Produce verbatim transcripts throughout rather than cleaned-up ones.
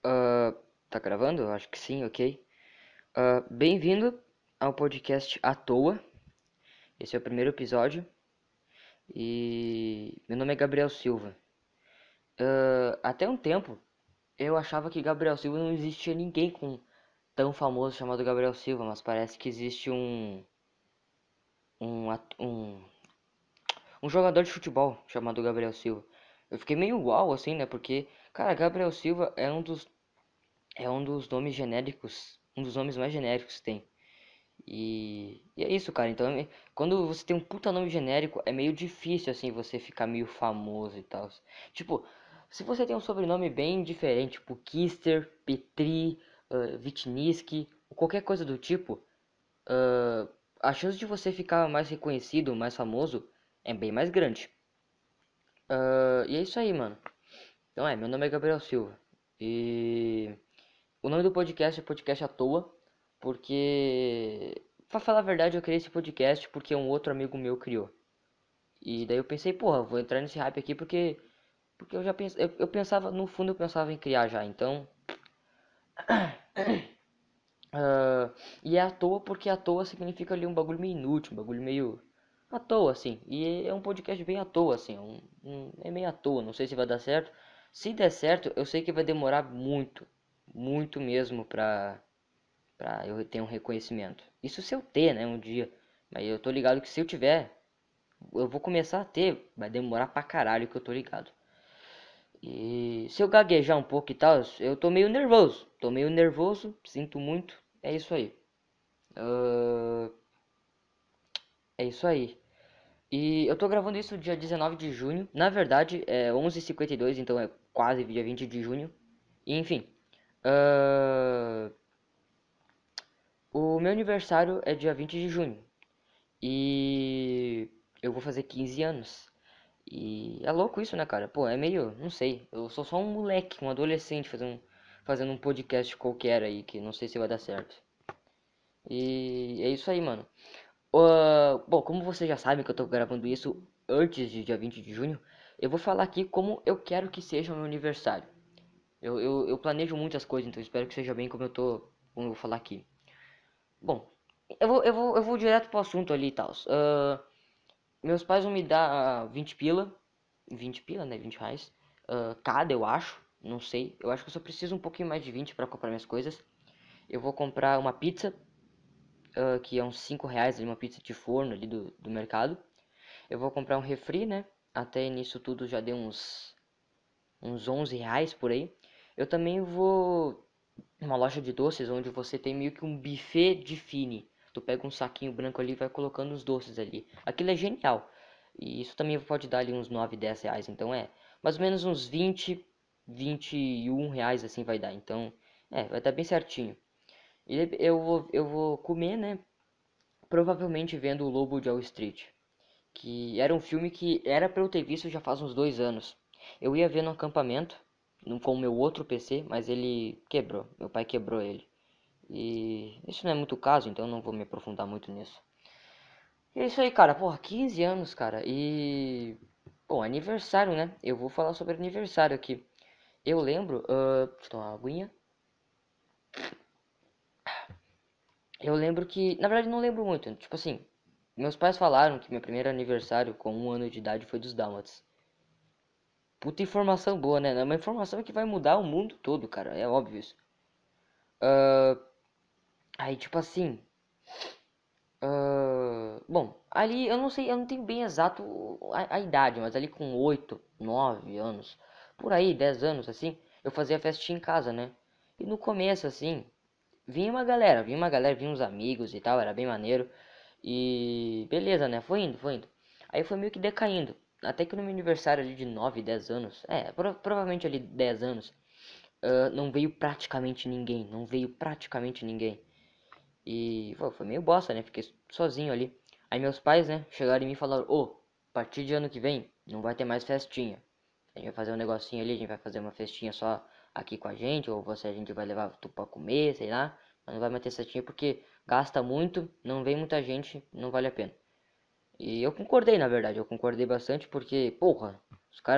Ah, tá gravando? Eu acho que sim, ok. Ah, bem-vindo ao podcast À Toa. Esse é o primeiro episódio e meu nome é Gabriel Silva. Ah, até um tempo eu achava que Gabriel Silva não existia ninguém com tão famoso chamado Gabriel Silva, mas parece que existe um um, at- um, um jogador de futebol chamado Gabriel Silva. Eu fiquei meio uau assim, né? Porque, cara, Gabriel Silva é um dos é um dos nomes genéricos, um dos nomes mais genéricos que tem. E, e é isso, cara. Então, é- quando você tem um puta nome genérico, é meio difícil, assim, você ficar meio famoso e tal. Tipo, se você tem um sobrenome bem diferente, tipo Kister, Petri, uh, Vitniski, ou qualquer coisa do tipo, ah, a chance de você ficar mais reconhecido, mais famoso, é bem mais grande. Ah, e é isso aí, mano. Então, é, meu nome é Gabriel Silva. E o nome do podcast é Podcast à Toa, porque, pra falar a verdade, eu criei esse podcast porque um outro amigo meu criou. E daí eu pensei, porra, vou entrar nesse hype aqui porque, porque eu já pens... eu, eu pensava, no fundo eu pensava em criar já, então. ah, e é à toa porque à toa significa ali um bagulho meio inútil, um bagulho meio à toa, assim. E é um podcast bem à toa, assim, um, um- é meio à toa, não sei se vai dar certo. Se der certo, eu sei que vai demorar muito, muito mesmo pra pra eu ter um reconhecimento. Isso se eu ter, né, um dia. Mas eu tô ligado que se eu tiver, eu vou começar a ter, vai demorar pra caralho que eu tô ligado. E se eu gaguejar um pouco e tal, eu tô meio nervoso. Tô meio nervoso, sinto muito. É isso aí. Ah, é isso aí. E eu tô gravando isso dia dezenove de junho. Na verdade, é onze e cinquenta e dois, então é quase dia vinte de junho. E, enfim. ah, o meu aniversário é dia vinte de junho. E eu vou fazer quinze anos. E é louco isso, né, cara? Pô, é meio, não sei. Eu sou só um moleque, um adolescente fazendo um, fazendo um podcast qualquer aí, que não sei se vai dar certo. E é isso aí, mano. Ah, bom, como você já sabe que eu tô gravando isso antes de dia vinte de junho, eu vou falar aqui como eu quero que seja o meu aniversário. Eu, eu, eu planejo muitas coisas, então espero que seja bem como eu tô, como eu vou falar aqui. Bom, eu vou, eu vou, eu vou direto pro assunto ali e tal. Meus pais vão me dar vinte pila. Vinte pila, né? Vinte reais. ah, cada, eu acho. Não sei. Eu acho que eu só preciso um pouquinho mais de vinte para comprar minhas coisas. Eu vou comprar uma pizza, ah, que é uns cinco reais, ali, uma pizza de forno ali do, do mercado. Eu vou comprar um refri, né? Até nisso tudo já deu uns, uns onze reais por aí. Eu também vou uma loja de doces onde você tem meio que um buffet de fine. Tu pega um saquinho branco ali e vai colocando os doces ali. Aquilo é genial. E isso também pode dar ali uns nove, dez reais. Então é mais ou menos uns vinte, vinte e um reais assim vai dar. Então é, vai dar bem certinho. E eu vou, eu vou comer, né? Provavelmente vendo o Lobo de Wall Street. Que era um filme que era pra eu ter visto já faz uns dois anos. Eu ia ver no acampamento no- com o meu outro P C, mas ele quebrou. Meu pai quebrou ele. E isso não é muito caso, então eu não vou me aprofundar muito nisso. E é isso aí, cara. Porra, quinze anos, cara. E. Bom, aniversário, né? Eu vou falar sobre aniversário aqui. Eu lembro. Uh, deixa eu tomar uma aguinha. Eu lembro que. Na verdade, não lembro muito. Tipo assim. Meus pais falaram que meu primeiro aniversário com um ano de idade foi dos Dálmatas. Puta informação boa, né? É uma informação que vai mudar o mundo todo, cara. É óbvio isso. Ah, aí, tipo assim. ah, bom, ali eu não sei, eu não tenho bem exato a, a idade, mas ali com oito, nove anos, por aí, dez anos assim, eu fazia festinha em casa, né? E no começo, assim, vinha uma galera, vinha uma galera, vinha uns amigos e tal, era bem maneiro. E beleza, né? Foi indo, foi indo. Aí foi meio que decaindo. Até que no meu aniversário ali de nove, dez anos, é, pro- provavelmente ali dez anos, ah, não veio praticamente ninguém, não veio praticamente ninguém. E pô, foi meio bosta, né? Fiquei sozinho ali. Aí meus pais, né, chegaram em mim e falaram: Ô, a partir de ano que vem não vai ter mais festinha. A gente vai fazer um negocinho ali, a gente vai fazer uma festinha só aqui com a gente, ou você a gente vai levar tu pra comer, sei lá. Mas não vai mais ter festinha porque gasta muito, não vem muita gente, não vale a pena. E eu concordei, na verdade, eu concordei bastante porque, porra, os cara.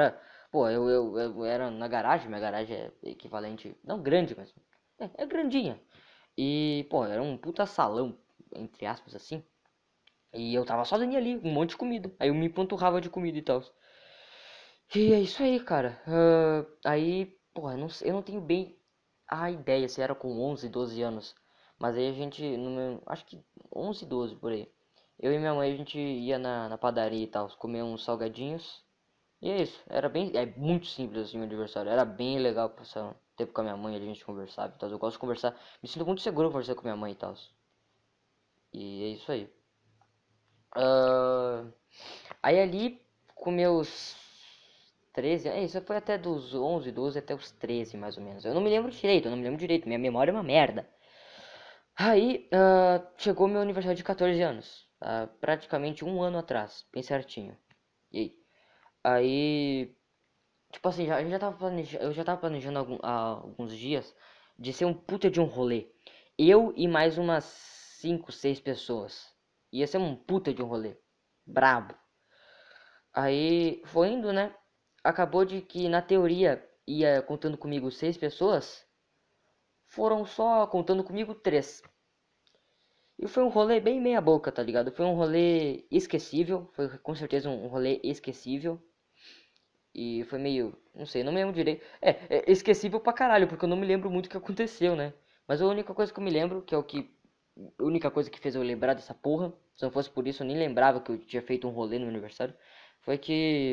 Pô, eu, eu, eu era na garagem, minha garagem é equivalente, não grande, mas é, é grandinha. E, pô, era um puta salão, entre aspas, assim. E eu tava sozinho ali, um monte de comida. Aí eu me empanturrava de comida e tal. E é isso aí, cara. Ah, aí, porra, eu não, sei- eu não tenho bem a ideia se era com onze, doze anos. Mas aí a gente, no meu, acho que onze, doze por aí. Eu e minha mãe, a gente ia na, na padaria e tal, comer uns salgadinhos. E é isso. Era bem, é muito simples assim o meu aniversário. Era bem legal passar um tempo com a minha mãe, a gente conversava e tal. Eu gosto de conversar, me sinto muito seguro conversar com minha mãe e tal. E é isso aí. Ah, aí ali, com meus treze, é isso foi até dos onze, doze até os treze mais ou menos. Eu não me lembro direito, eu não me lembro direito, minha memória é uma merda. Aí, ah, chegou meu aniversário de quatorze anos, ah, praticamente um ano atrás, bem certinho. E aí, aí, tipo assim, já, a gente já tava planejando, eu já tava planejando algum- há alguns dias de ser um puta de um rolê. Eu e mais umas cinco, seis pessoas. Ia ser um puta de um rolê. Brabo. Aí foi indo, né? Acabou de que na teoria ia contando comigo seis pessoas, foram só contando comigo três. E foi um rolê bem meia boca, tá ligado? Foi um rolê esquecível, foi com certeza um rolê esquecível. E foi meio, não sei, não me lembro direito. É, é esquecível pra caralho, porque eu não me lembro muito o que aconteceu, né? Mas a única coisa que eu me lembro, que é o que a única coisa que fez eu lembrar dessa porra, se não fosse por isso eu nem lembrava que eu tinha feito um rolê no meu aniversário, foi que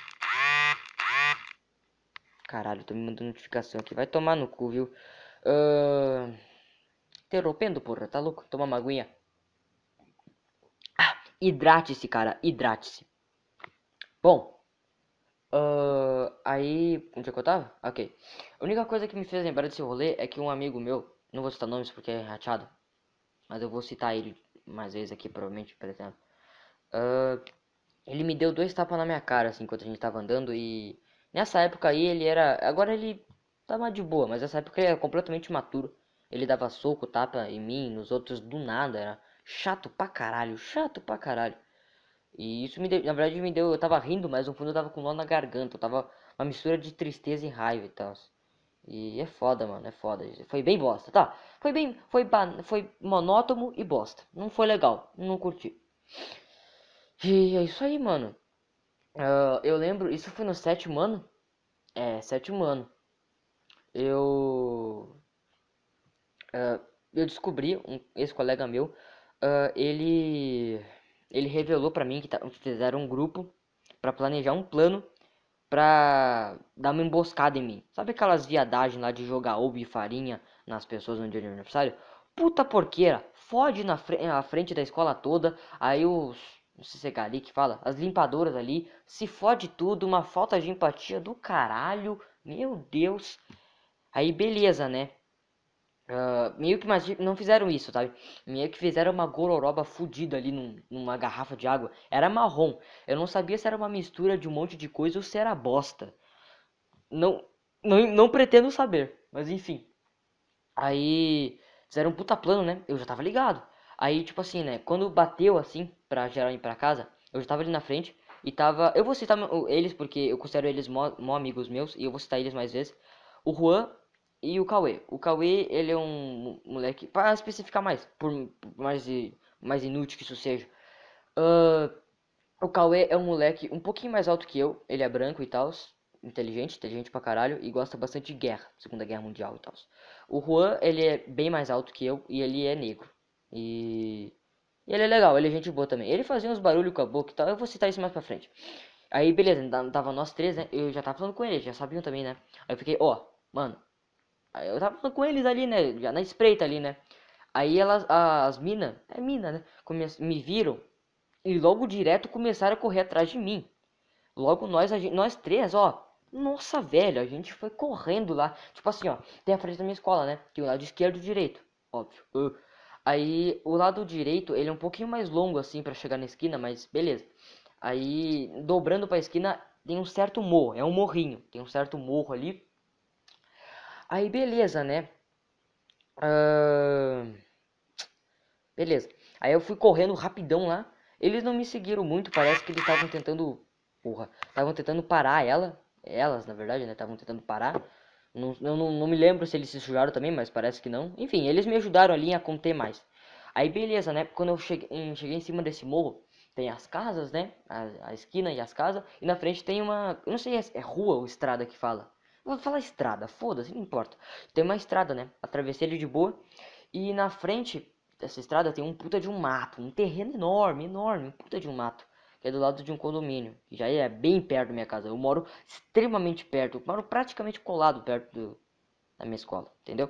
caralho, tô me mandando notificação aqui. Vai tomar no cu, viu? Ahn. Interrompendo, porra, tá louco? Toma uma aguinha. Hidrate-se, cara, hidrate-se. Bom, ahn, aí. Onde é que eu tava? Ok. A única coisa que me fez lembrar desse rolê é que um amigo meu, não vou citar nomes porque é rachado, mas eu vou citar ele mais vezes aqui, provavelmente, pretendo. Ahn, ele me deu dois tapas na minha cara, assim, enquanto a gente tava andando e. Nessa época aí ele era. Agora ele tá mais de boa, mas nessa época ele era completamente imaturo. Ele dava soco, tapa em mim, nos outros do nada. Era chato pra caralho, chato pra caralho. E isso me deu, na verdade me deu, eu tava rindo, mas no fundo eu tava com nó na garganta. Eu tava uma mistura de tristeza e raiva e tal. E é foda, mano, é foda. Foi bem bosta, tá? Foi bem, foi, ba- foi monótono e bosta. Não foi legal, não curti. E é isso aí, mano. Ah, eu lembro, isso foi no sétimo ano? É, sétimo ano. Eu, eu descobri, um ex-colega meu, ah, ele, ele revelou pra mim que, tá- que fizeram um grupo pra planejar um plano pra dar uma emboscada em mim. Sabe aquelas viadagens lá de jogar ovo e farinha nas pessoas no dia de aniversário? Puta porqueira, fode na, fre na frente da escola toda, aí os, não sei se é Gari que fala, as limpadoras ali, se fode tudo, uma falta de empatia do caralho, meu Deus. Aí beleza, né? Ah, meio que mas não fizeram isso, sabe? Meio que fizeram uma gororoba fudida ali num- numa garrafa de água. Era marrom. Eu não sabia se era uma mistura de um monte de coisa ou se era bosta. Não, não, não pretendo saber, mas enfim. Aí fizeram um puta plano, né? Eu já tava ligado. Aí, tipo assim, né? Quando bateu assim, pra geral ir pra casa, eu já tava ali na frente e tava. Eu vou citar meu- eles porque eu considero eles mó, mó amigos meus e eu vou citar eles mais vezes. O Juan e o Cauê. O Cauê, ele é um moleque. Pra especificar mais, por, por mais, i- mais inútil que isso seja. Ahn, o Cauê é um moleque um pouquinho mais alto que eu. Ele é branco e tal. Inteligente, inteligente pra caralho. E gosta bastante de guerra, Segunda Guerra Mundial e tal. O Juan, ele é bem mais alto que eu. E ele é negro. E... e ele é legal, ele é gente boa também. Ele fazia uns barulhos com a boca e tal. Eu vou citar isso mais pra frente. Aí, beleza, tava nós três, né? Eu já tava falando com eles, já sabiam também, né? Aí eu fiquei, ó, mano. Aí eu tava falando com eles ali, né? Já na espreita ali, né? Aí elas, as mina, é mina, né? Come me viram e logo direto começaram a correr atrás de mim. Logo nós, a gente, nós três, ó. Nossa, velho, a gente foi correndo lá. Tipo assim, ó. Tem a frente da minha escola, né? Tem o lado esquerdo e o direito. Óbvio. Uh. Aí o lado direito, ele é um pouquinho mais longo assim pra chegar na esquina, mas beleza. Aí dobrando pra esquina tem um certo morro. É um morrinho. Tem um certo morro ali. Aí beleza, né? Ah, beleza. Aí eu fui correndo rapidão lá. Eles não me seguiram muito, parece que eles estavam tentando. Porra, estavam tentando parar ela. Elas, na verdade, né? Estavam tentando parar. Não, eu não, não me lembro se eles se sujaram também, mas parece que não. Enfim, eles me ajudaram ali a conter mais. Aí beleza, né? Quando eu cheguei, em- cheguei em cima desse morro, tem as casas, né? A, a esquina e as casas. E na frente tem uma. Eu não sei se é, é rua ou estrada que fala. Eu vou falar estrada, foda-se, não importa. Tem uma estrada, né? Atravessei ele de boa. E na frente dessa estrada tem um puta de um mato. Um terreno enorme, enorme. Um puta de um mato. Que é do lado de um condomínio. Que já é bem perto da minha casa. Eu moro extremamente perto. Eu moro praticamente colado perto do, da minha escola, entendeu?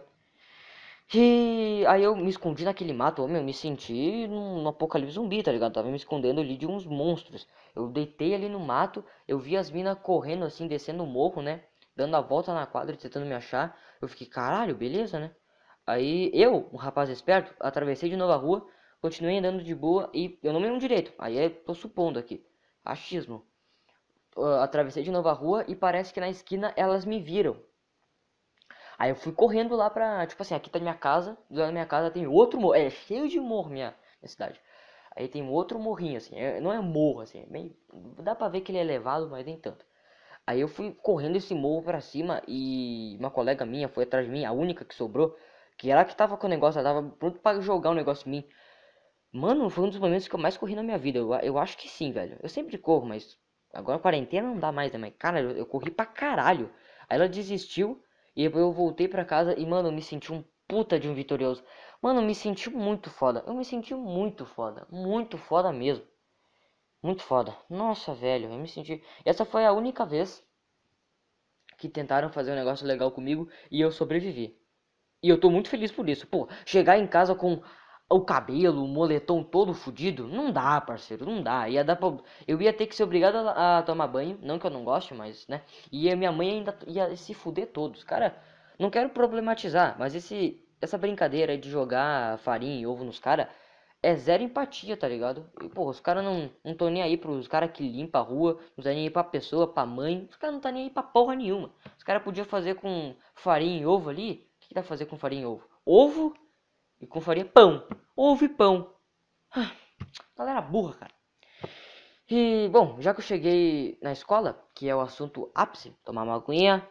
E aí eu me escondi naquele mato, meu, eu me senti num, num apocalipse zumbi, tá ligado? Tava me escondendo ali de uns monstros. Eu deitei ali no mato, eu vi as minas correndo assim, descendo o morro, né? Dando a volta na quadra, tentando me achar. Eu fiquei, caralho, beleza, né? Aí eu, um rapaz esperto, atravessei de novo a rua, continuei andando de boa e eu não me lembro direito. Aí eu tô supondo aqui, achismo. Uh, atravessei de novo a rua e parece que na esquina elas me viram. Aí eu fui correndo lá pra, tipo assim, aqui tá minha casa, do lado da minha casa tem outro morro, é cheio de morro minha, minha cidade. Aí tem outro morrinho, assim, é- não é morro, assim, é meio, dá pra ver que ele é elevado, mas nem tanto. Aí eu fui correndo esse morro pra cima e uma colega minha foi atrás de mim, a única que sobrou, que ela que tava com o negócio, ela tava pronto pra jogar um negócio em mim. Mano, foi um dos momentos que eu mais corri na minha vida, eu, eu acho que sim, velho. Eu sempre corro, mas agora a quarentena não dá mais, né? Mas, cara, eu, eu corri pra caralho. Aí ela desistiu e depois eu voltei pra casa e, mano, eu me senti um puta de um vitorioso. Mano, eu me senti muito foda. Eu me senti muito foda. Muito foda mesmo. Muito foda. Nossa, velho, eu me senti. Essa foi a única vez que tentaram fazer um negócio legal comigo e eu sobrevivi. E eu tô muito feliz por isso. Pô, chegar em casa com o cabelo, o moletom todo fudido, não dá, parceiro, não dá. Ia dar pra... Eu ia ter que ser obrigado a, a tomar banho, não que eu não goste, mas, né? E a minha mãe ainda ia se fuder todos. Cara, não quero problematizar, mas esse essa brincadeira aí de jogar farinha e ovo nos caras é zero empatia, tá ligado? E, pô, os caras não, não tão nem aí pros caras que limpam a rua, não tá nem aí pra pessoa, pra mãe. Os caras não tá nem aí pra porra nenhuma. Os caras podiam fazer com farinha e ovo ali. O que, que dá pra fazer com farinha e ovo? Ovo e com farinha pão. Ovo e pão. Galera burra, cara. E, bom, já que eu cheguei na escola, que é o assunto ápice, tomar uma aguinha.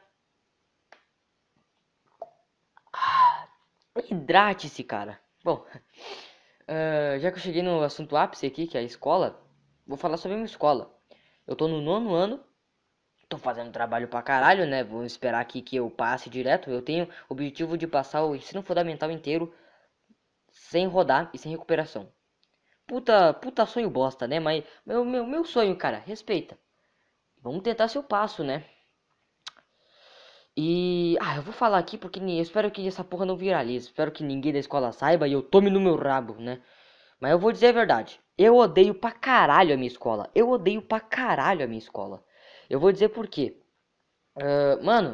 Hidrate-se, cara. Bom, uh, já que eu cheguei no assunto ápice aqui, que é a escola, vou falar sobre a minha escola. Eu tô no nono ano. Tô fazendo trabalho pra caralho, né? Vou esperar aqui que eu passe direto. Eu tenho o objetivo de passar o ensino fundamental inteiro sem rodar e sem recuperação. Puta, puta sonho bosta, né? Mas meu, meu, meu sonho, cara, respeita. Vamos tentar seu passo, né? E. Ah, eu vou falar aqui porque ni- eu espero que essa porra não viralize. Espero que ninguém da escola saiba e eu tome no meu rabo, né? Mas eu vou dizer a verdade. Eu odeio pra caralho a minha escola. Eu odeio pra caralho a minha escola. Eu vou dizer por quê. Ah, mano,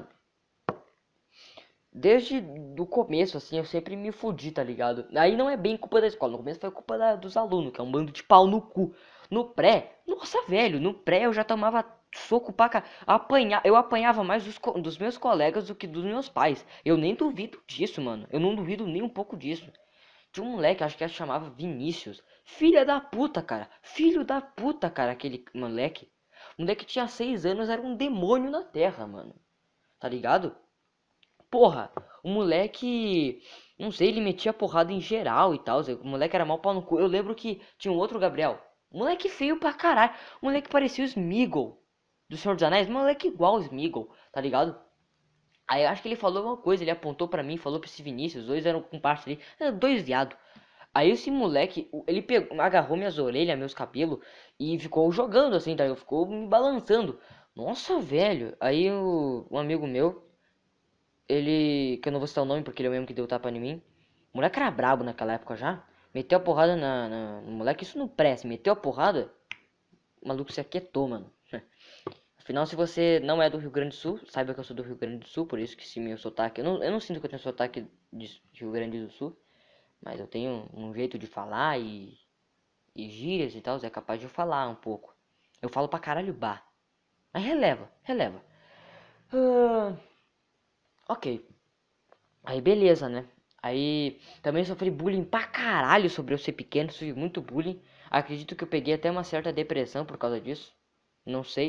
desde do começo, assim, eu sempre me fudi, tá ligado? Aí não é bem culpa da escola, no começo foi culpa da- dos alunos, que é um bando de pau no cu. No pré, nossa, velho, no pré eu já tomava soco pra cá. Apanhar, eu apanhava mais dos, co- dos meus colegas do que dos meus pais. Eu nem duvido disso, mano. Eu não duvido nem um pouco disso. Tinha um moleque, acho que ele chamava Vinícius. Filha da puta, cara. Filho da puta, cara, aquele moleque. O moleque tinha seis anos, era um demônio na terra, mano. Tá ligado? Porra, o moleque, não sei, ele metia porrada em geral e tal. O moleque era mal pau no cu. Eu lembro que tinha um outro Gabriel. Moleque feio pra caralho. O moleque parecia o Smeagol do Senhor dos Anéis. Moleque igual o Smeagol, tá ligado? Aí eu acho que ele falou uma coisa. Ele apontou pra mim, falou pra esse Vinícius. Os dois eram comparsa ali. Eram dois viado. Aí esse moleque, ele pegou, agarrou minhas orelhas, meus cabelos e ficou jogando assim, tá? Ficou me balançando. Nossa, velho. Aí o, um amigo meu. Ele, que eu não vou citar o nome porque ele é o mesmo que deu tapa em mim. O moleque era brabo naquela época já. Meteu a porrada na, na- no moleque, isso não presta. Meteu a porrada, o maluco se aquietou, mano. Afinal, se você não é do Rio Grande do Sul, saiba que eu sou do Rio Grande do Sul, por isso que se meu sotaque. Eu não, eu não sinto que eu tenho sotaque de Rio Grande do Sul, mas eu tenho um jeito de falar e, e gírias e tal, é capaz de eu falar um pouco. Eu falo pra caralho bar. Mas releva, releva. Ah, ok. Aí beleza, né? Aí também sofri bullying pra caralho sobre eu ser pequeno, sofri muito bullying. Acredito que eu peguei até uma certa depressão por causa disso. Não sei.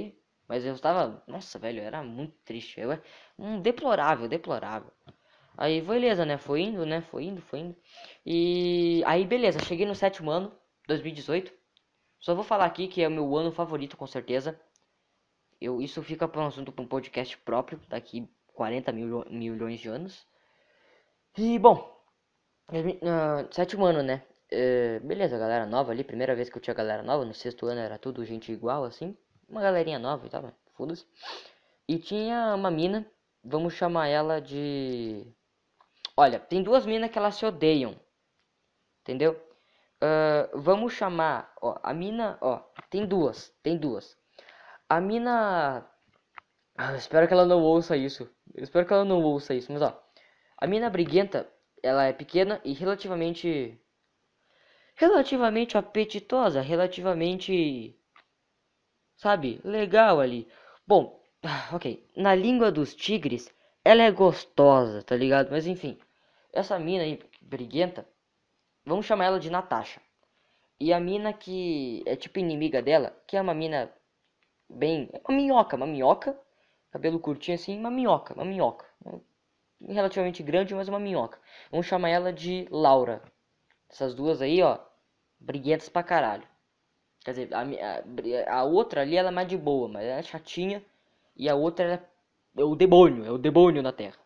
Mas eu estava, nossa, velho, era muito triste. Eu, um deplorável, deplorável. Aí, beleza, né? Foi indo, né? Foi indo, foi indo. E aí, beleza, cheguei no sétimo ano, dois mil e dezoito. Só vou falar aqui que é o meu ano favorito, com certeza. Eu, isso fica para um assunto para um podcast próprio, daqui quarenta mil, milhões de anos. E, bom, uh, sétimo ano, né? Uh, beleza, galera nova ali, primeira vez que eu tinha galera nova, no sexto ano era tudo gente igual, assim. Uma galerinha nova e tal, mas foda-se. E tinha uma mina, vamos chamar ela de... Olha, tem duas minas que elas se odeiam, entendeu? Uh, vamos chamar, ó, a mina, ó, tem duas, tem duas. A mina... Ah, eu espero que ela não ouça isso. Eu espero que ela não ouça isso, mas ó. A mina briguenta, ela é pequena e relativamente... Relativamente apetitosa, relativamente... Sabe, legal ali. Bom, ok. Na língua dos tigres, ela é gostosa, tá ligado? Mas enfim, essa mina aí, briguenta, vamos chamar ela de Natasha. E a mina que é tipo inimiga dela, que é uma mina bem... Uma minhoca, uma minhoca. Cabelo curtinho assim, uma minhoca, uma minhoca. Relativamente grande, mas uma minhoca. Vamos chamar ela de Laura. Essas duas aí, ó, briguentas pra caralho. Quer dizer, a, a, a outra ali ela é mais de boa, mas ela é chatinha. E a outra é, é o demônio, é o demônio na Terra.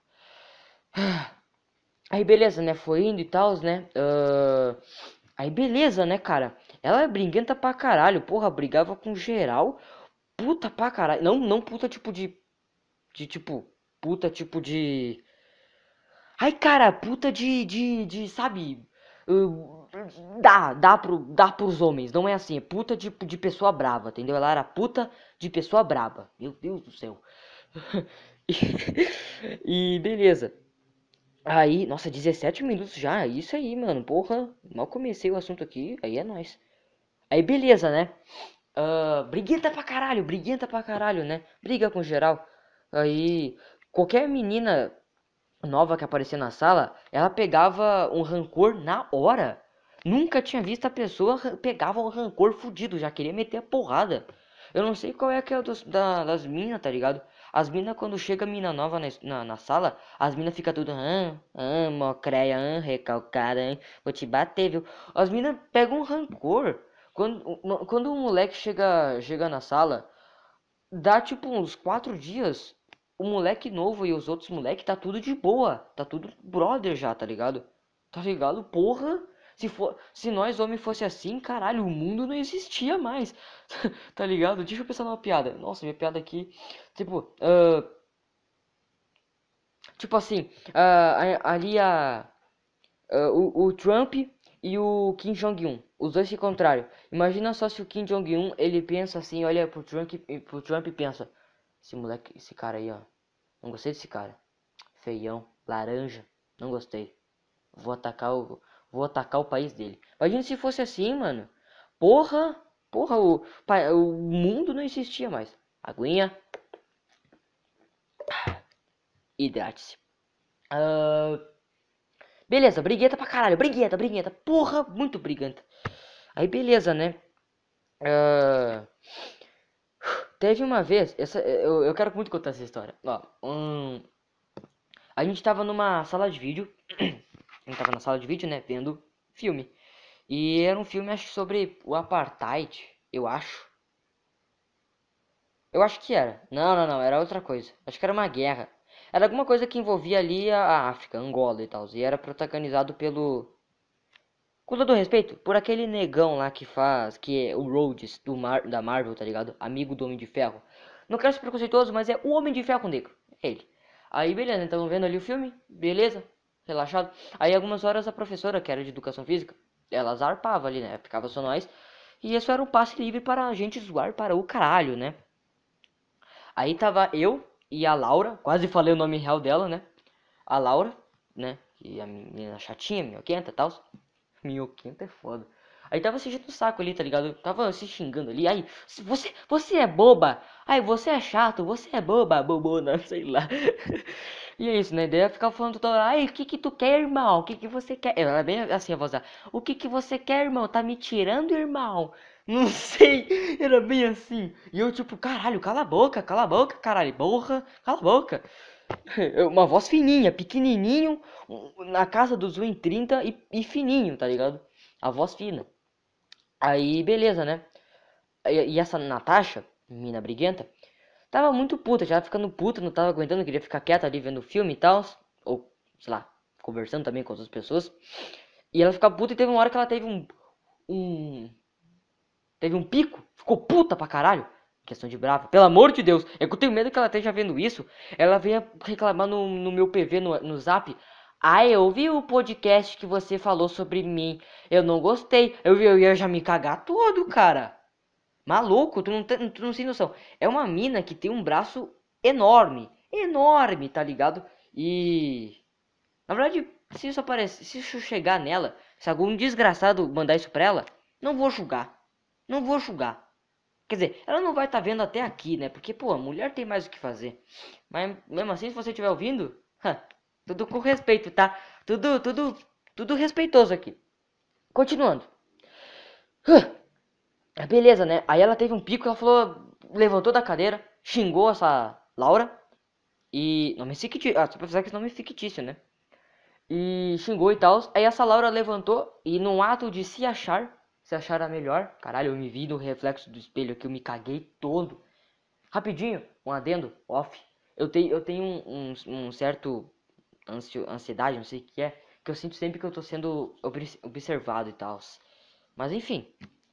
Aí beleza, né? Foi indo e tal, né? Uh, aí beleza, né, cara? Ela é briguenta pra caralho, porra, brigava com geral. Puta pra caralho. Não, não puta tipo de. De tipo. Puta tipo de. Ai, cara, puta de. De. De sabe? Uh, dá, dá, pro, dá pros homens, não é assim. É puta de, de pessoa brava, entendeu? Ela era puta de pessoa braba. Meu Deus do céu. E, e beleza. Aí, nossa, dezessete minutos já. Isso aí, mano. Porra, mal comecei o assunto aqui. Aí é nóis. Aí, beleza, né? Uh, briguenta pra caralho, briguenta pra caralho, né? Briga com geral. Aí, qualquer menina nova que aparecia na sala, ela pegava um rancor na hora. Nunca tinha visto a pessoa pegava um rancor fudido, já queria meter a porrada. Eu não sei qual é que é dos, da, das minas, tá ligado? As minas, quando chega mina nova na, na, na sala, as minas ficam tudo, ah, ah, mocreia, ah, recalcada, hein? Vou te bater, viu? As minas pegam um rancor. Quando, quando o moleque chega, chega na sala, dá tipo uns quatro dias, o moleque novo e os outros moleque tá tudo de boa. Tá tudo brother já, tá ligado? Tá ligado? Porra! Se for, se nós homens fosse assim, caralho, o mundo não existia mais. Tá ligado? Deixa eu pensar numa piada. Nossa, minha piada aqui. Tipo, ah, tipo assim, ah, a- ali a, ah, o, o Trump e o Kim Jong-un. Os dois se contrário. Imagina só se o Kim Jong-un ele pensa assim, olha pro Trump, e- pro Trump e pensa: esse moleque, esse cara aí, ó. Não gostei desse cara. Feião, laranja. Não gostei. Vou atacar o, vou atacar o país dele. Imagina se fosse assim, mano. Porra, porra, o, pa- o mundo não existia mais. Aguinha, hidrate-se. Ah, beleza, briguenta pra caralho. Briguenta, briguenta. Porra, muito briguenta. Aí beleza, né? Ah, teve uma vez, essa, eu, eu quero muito contar essa história. Ó, um, a gente tava numa sala de vídeo. A gente tava na sala de vídeo, né? Vendo filme. E era um filme, acho, sobre o apartheid, eu acho. Eu acho que era. Não, não, não, era outra coisa. Acho que era uma guerra. Era alguma coisa que envolvia ali a a África, Angola e tal. E era protagonizado pelo... Com todo respeito, por aquele negão lá que faz... Que é o Rhodes do Mar... da Marvel, tá ligado? Amigo do Homem de Ferro. Não quero ser preconceituoso, mas é o Homem de Ferro negro. É ele. Aí, beleza, então vendo ali o filme. Beleza. Relaxado. Aí, algumas horas, a professora, que era de Educação Física, ela zarpava ali, né? Ficava só nós. E isso era um passe livre para a gente zoar para o caralho, né? Aí tava eu e a Laura, quase falei o nome real dela, né? A Laura, né? Que é a menina chatinha, minhoquenta e tal. Minhoquenta é foda. Aí tava se enchendo o saco ali, tá ligado? Tava se xingando ali. Aí, você, você é boba. Aí, você é chato, você é boba, bobona, sei lá. E é isso, né? Daí ela ficava falando toda hora, ai, o que que tu quer, irmão? O que que você quer? Ela é bem assim a voz dela. O que que você quer, irmão? Tá me tirando, irmão? Não sei, era bem assim. E eu tipo, caralho, cala a boca, cala a boca, caralho, porra, cala a boca. Uma voz fininha, pequenininho, na casa dos um e trinta e, e fininho, tá ligado? A voz fina. Aí, beleza, né? E, e essa Natasha, mina briguenta, tava muito puta, já ficando puta, não tava aguentando, queria ficar quieta ali vendo o filme e tal. Ou, sei lá, conversando também com outras pessoas. E ela ficava puta e teve uma hora que ela teve um, um teve um pico, ficou puta pra caralho. Questão de brava. Pelo amor de Deus, é que eu tenho medo que ela esteja vendo isso. Ela venha reclamar no, no meu P V, no, no zap. Ah, eu vi o podcast que você falou sobre mim. Eu não gostei. Eu, eu ia já me cagar todo, cara. Maluco, tu não, tem, tu não tem noção. É uma mina que tem um braço enorme. Enorme, tá ligado? E. Na verdade, se isso aparecer, se isso chegar nela, se algum desgraçado mandar isso pra ela, não vou julgar. Não vou julgar. Quer dizer, ela não vai estar vendo até aqui, né? Porque, pô, a mulher tem mais o que fazer. Mas, mesmo assim, se você estiver ouvindo, tudo com respeito, tá? Tudo, tudo, tudo respeitoso aqui. Continuando. Beleza, né? Aí ela teve um pico, ela falou, levantou da cadeira, xingou essa Laura. E. Nome fictício. Ah, só pra avisar que esse nome é fictício, né? E xingou e tal. Aí essa Laura levantou e num ato de se achar, se achar a melhor. Caralho, eu me vi no reflexo do espelho aqui, eu me caguei todo. Rapidinho, um adendo, off. Eu tenho, eu tenho um, um, um certo ansio, ansiedade, não sei o que é, que eu sinto sempre que eu tô sendo observado e tal. Mas enfim.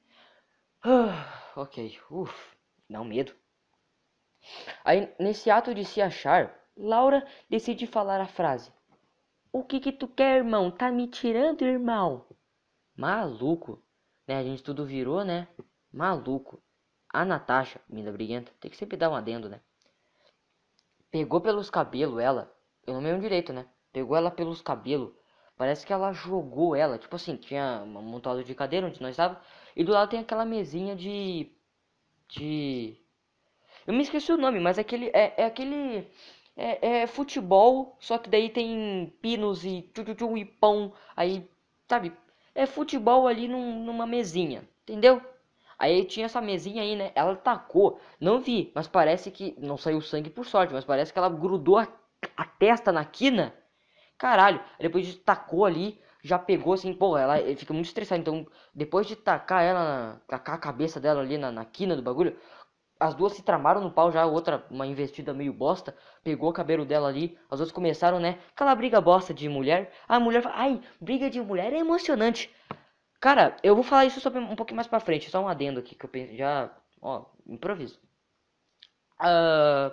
Ok, uff, dá um medo. Aí, nesse ato de se achar, Laura decide falar a frase: O que que tu quer, irmão? Tá me tirando, irmão? Maluco, né? A gente tudo virou, né? Maluco. A Natasha, mina briguenta, tem que sempre dar um adendo, né? Pegou pelos cabelos ela. Eu não me lembro direito, né? Pegou ela pelos cabelos. Parece que ela jogou ela. Tipo assim, tinha um montado de cadeira onde nós estávamos. E do lado tem aquela mesinha de. De. Eu me esqueci o nome, mas é aquele. É, é aquele. É, é futebol, só que daí tem pinos e tchu-tchu-tchu e pão. Aí, sabe? É futebol ali num, numa mesinha, entendeu? Aí tinha essa mesinha aí, né? Ela tacou, não vi, mas parece que não saiu sangue por sorte, mas parece que ela grudou a, a testa na quina. Caralho, aí depois de tacou ali, já pegou assim, pô, ela fica muito estressada. Então, depois de tacar ela, na- tacar a cabeça dela ali na, na quina do bagulho, as duas se tramaram no pau já, a outra, uma investida meio bosta, pegou o cabelo dela ali, as duas começaram, né? Aquela briga bosta de mulher. A mulher fala, ai, briga de mulher é emocionante. Cara, eu vou falar isso sobre um pouquinho mais pra frente, só um adendo aqui que eu penso, já, ó, improviso. Ah,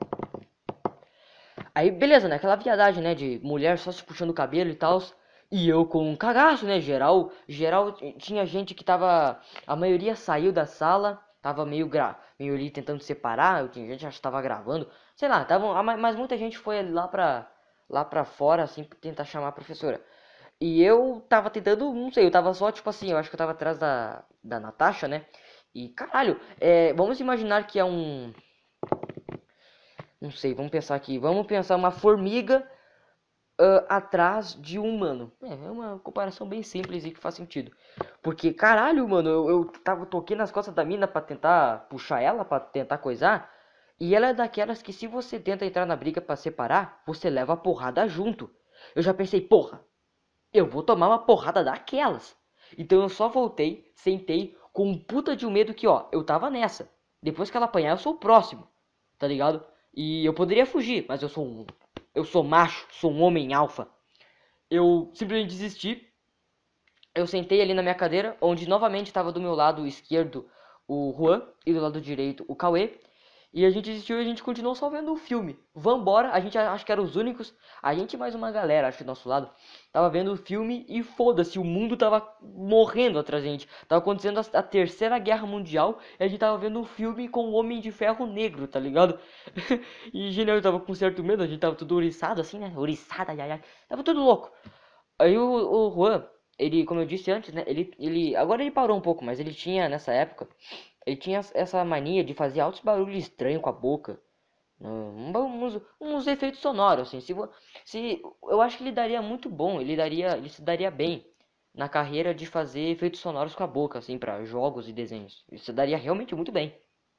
aí, beleza, né? Aquela viadagem, né? De mulher só se puxando o cabelo e tal. E eu com um cagaço, né? Geral, geral, tinha gente que tava, a maioria saiu da sala, tava meio gra, meio ali tentando separar, tinha gente que acho que tava gravando, sei lá, tava, mas muita gente foi lá pra, lá pra fora, assim, pra tentar chamar a professora. E eu tava tentando, não sei, eu tava só, tipo assim, eu acho que eu tava atrás da, da Natasha, né? E caralho, é, vamos imaginar que é um. Não sei, vamos pensar aqui. Vamos pensar uma formiga uh, atrás de um humano. É, é uma comparação bem simples e que faz sentido. Porque, caralho, mano, eu, eu tava, toquei nas costas da mina pra tentar puxar ela, pra tentar coisar. E ela é daquelas que se você tenta entrar na briga pra separar, você leva a porrada junto. Eu já pensei, porra, eu vou tomar uma porrada daquelas. Então eu só voltei, sentei, com um puta de um medo que, ó, eu tava nessa. Depois que ela apanhar, eu sou o próximo, tá ligado? E eu poderia fugir, mas eu sou um. Eu sou macho, sou um homem alfa. Eu simplesmente desisti. Eu sentei ali na minha cadeira, onde novamente estava do meu lado esquerdo o Juan e do lado direito o Cauê. E a gente desistiu e a gente continuou só vendo o filme. Vambora, a gente acho que era os únicos, a gente e mais uma galera, acho que do nosso lado, tava vendo o filme e foda-se, o mundo tava morrendo atrás da gente. Tava acontecendo a, a terceira guerra mundial e a gente tava vendo o filme com o Homem de Ferro Negro, tá ligado? E genial, eu tava com certo medo, a gente tava tudo ouriçado assim, né? Ouriçada, ai, ai. Tava tudo louco. Aí o, o Juan, ele, como eu disse antes, né? Ele, ele, agora ele parou um pouco, mas ele tinha nessa época, ele tinha essa mania de fazer altos barulhos estranhos com a boca, um, uns, uns efeitos sonoros, assim. Se, vo- se eu acho que ele daria muito bom, ele daria, ele se daria bem na carreira de fazer efeitos sonoros com a boca, assim, pra jogos e desenhos. Isso daria realmente muito bem.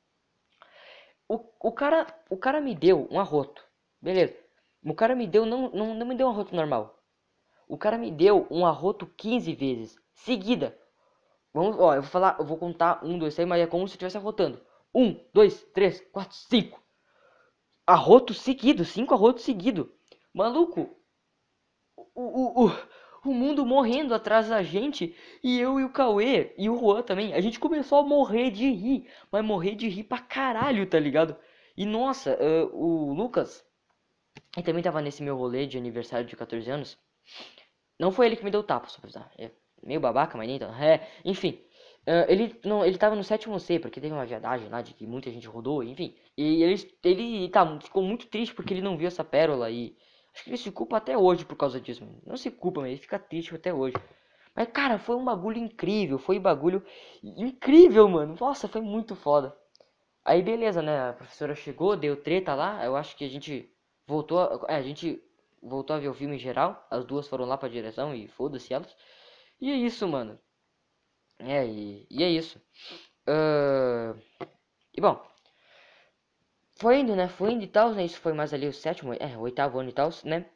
O, o cara, o cara me deu um arroto. Beleza. O cara me deu, não, não, não me deu um arroto normal. O cara me deu um arroto quinze vezes. Seguida. Vamos, ó, eu vou falar, eu vou contar um, dois, três, mas é como se eu estivesse arrotando. Um, dois, três, quatro, cinco. Arroto seguido, cinco arrotos seguido. Maluco, o, o, o, o mundo morrendo atrás da gente. E eu e o Cauê e o Juan também. A gente começou a morrer de rir. Mas morrer de rir pra caralho, tá ligado? E nossa, uh, o Lucas, ele também tava nesse meu rolê de aniversário de quatorze anos. Não foi ele que me deu o tapa, só pra avisar. É meio babaca, mas nem então. É, enfim. Uh, ele, não, ele tava no sétimo C, porque teve uma viadagem lá de que muita gente rodou, enfim. E ele, ele tá, ficou muito triste porque ele não viu essa pérola e acho que ele se culpa até hoje por causa disso, mano. Não se culpa, mas ele fica triste até hoje. Mas, cara, foi um bagulho incrível, foi um bagulho incrível, mano. Nossa, foi muito foda. Aí, beleza, né? A professora chegou, deu treta lá. Eu acho que a gente voltou, a, é, a gente voltou a ver o filme em geral. As duas foram lá pra direção e foda-se elas. E é isso, mano. É, e, e é isso. Uh, e bom, foi indo, né? Foi indo e tal, né? Isso foi mais ali o sétimo, é, o oitavo ano e tal, né?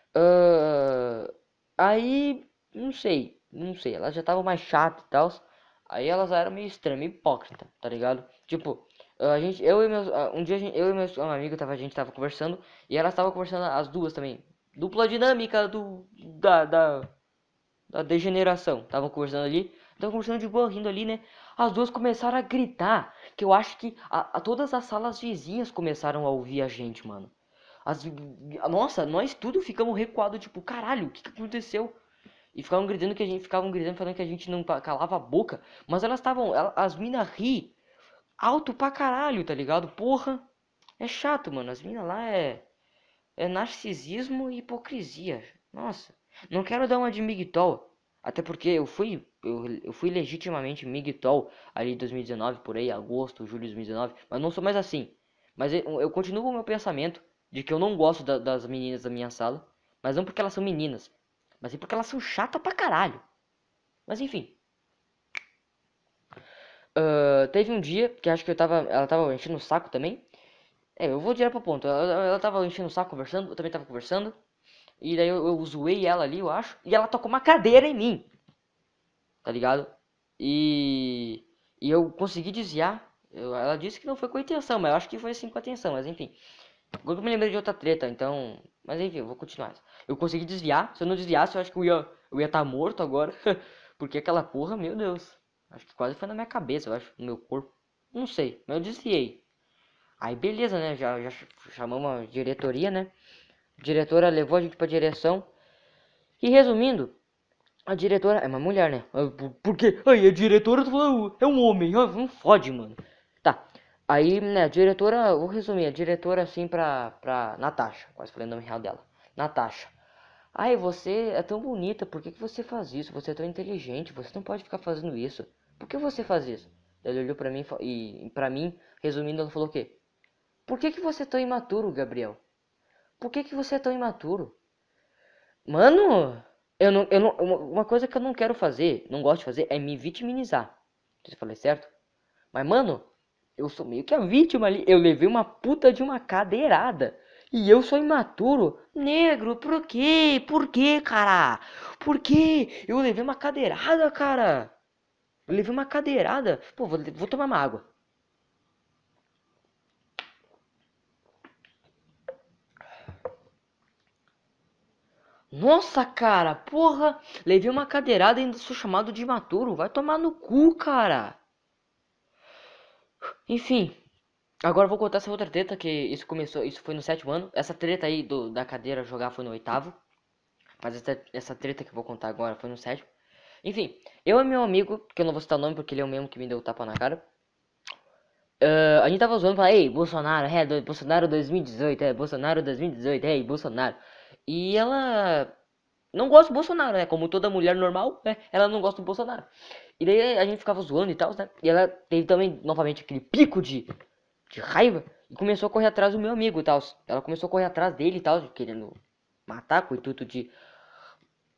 Uh, aí, não sei, não sei. Elas já estavam mais chatas e tal. Aí elas eram meio estranhas, meio hipócrita, tá ligado? Tipo, a gente, eu e meus, um dia a gente, eu e meus um amigo tava, a gente tava conversando e elas estavam conversando as duas também. Dupla dinâmica do da, da da degeneração. Estavam conversando ali, estavam conversando de boa, rindo ali, né? As duas começaram a gritar, que eu acho que a, a todas as salas vizinhas começaram a ouvir a gente, mano. As, nossa, nós tudo ficamos recuados, tipo, caralho, o que, que aconteceu? E ficavam gritando que a gente, ficavam gritando, falando que a gente não calava a boca, mas elas estavam, as minas ri alto pra caralho, tá ligado? Porra, é chato, mano. As minas lá é, é narcisismo e hipocrisia. Nossa, não quero dar uma de migtol. Até porque eu fui, eu, eu fui legitimamente migtol ali em dois mil e dezenove, por aí, agosto, julho de dois mil e dezenove. Mas não sou mais assim. Mas eu, eu continuo com o meu pensamento de que eu não gosto da, das meninas da minha sala. Mas não porque elas são meninas. Mas sim porque elas são chatas pra caralho. Mas enfim. Uh, teve um dia que acho que eu tava, ela tava enchendo o saco também. É, eu vou direto pro ponto. Ela, ela tava enchendo o saco conversando, eu também tava conversando. E daí eu, eu zoei ela ali, eu acho. E ela tocou uma cadeira em mim, tá ligado? E, e eu consegui desviar. Eu- ela disse que não foi com intenção, mas eu acho que foi assim com a intenção. Mas enfim. Agora eu me lembrei de outra treta, então. Mas enfim, eu vou continuar. Eu consegui desviar. Se eu não desviasse, eu acho que eu ia eu ia estar morto agora. Porque aquela porra, meu Deus. Acho que quase foi na minha cabeça, eu acho, no meu corpo. Não sei, mas eu desviei. Aí beleza, né? Já, já chamamos a diretoria, né? A diretora levou a gente pra direção. E resumindo, a diretora é uma mulher, né? Ah, Por, por quê? Aí a diretora tá falando, é um homem. Ah, não fode, mano. Tá. Aí, né, a diretora, vou resumir, a diretora assim pra, pra Natasha. Quase falei o nome real dela. Natasha. Ai, você é tão bonita, por que, que você faz isso? Você é tão inteligente, você não pode ficar fazendo isso. Por que você faz isso? Ela olhou pra mim e fa- e, e pra mim, resumindo, ela falou o quê? Por que, que você é tão imaturo, Gabriel? Por que, que você é tão imaturo? Mano, eu não, eu não, uma uma coisa que eu não quero fazer, não gosto de fazer, é me vitimizar. Você falei certo? Mas, mano, eu sou meio que a vítima ali. Eu levei uma puta de uma cadeirada. E eu sou imaturo. Negro, por quê? Por quê, cara? Por quê? Eu levei uma cadeirada, cara. Eu levei uma cadeirada. Pô, vou, vou tomar uma água. Nossa, cara, porra. Levei uma cadeirada e ainda sou chamado de imaturo. Vai tomar no cu, cara. Enfim, agora eu vou contar essa outra treta que isso começou, isso foi no sétimo ano. Essa treta aí do, da cadeira jogar foi no oitavo. Mas essa, essa treta que eu vou contar agora foi no sétimo. Enfim, eu e meu amigo, que eu não vou citar o nome porque ele é o mesmo que me deu o tapa na cara. Uh, a gente tava zoando, falando, ei, Bolsonaro, é, do, Bolsonaro dois mil e dezoito, é, Bolsonaro dois mil e dezoito, ei, Bolsonaro. E ela não gosta do Bolsonaro, né? Como toda mulher normal, né? Ela não gosta do Bolsonaro. E daí a gente ficava zoando e tal, né? E ela teve também, novamente, aquele pico de, de raiva e começou a correr atrás do meu amigo e tal. Ela começou a correr atrás dele e tal, querendo matar com o intuito de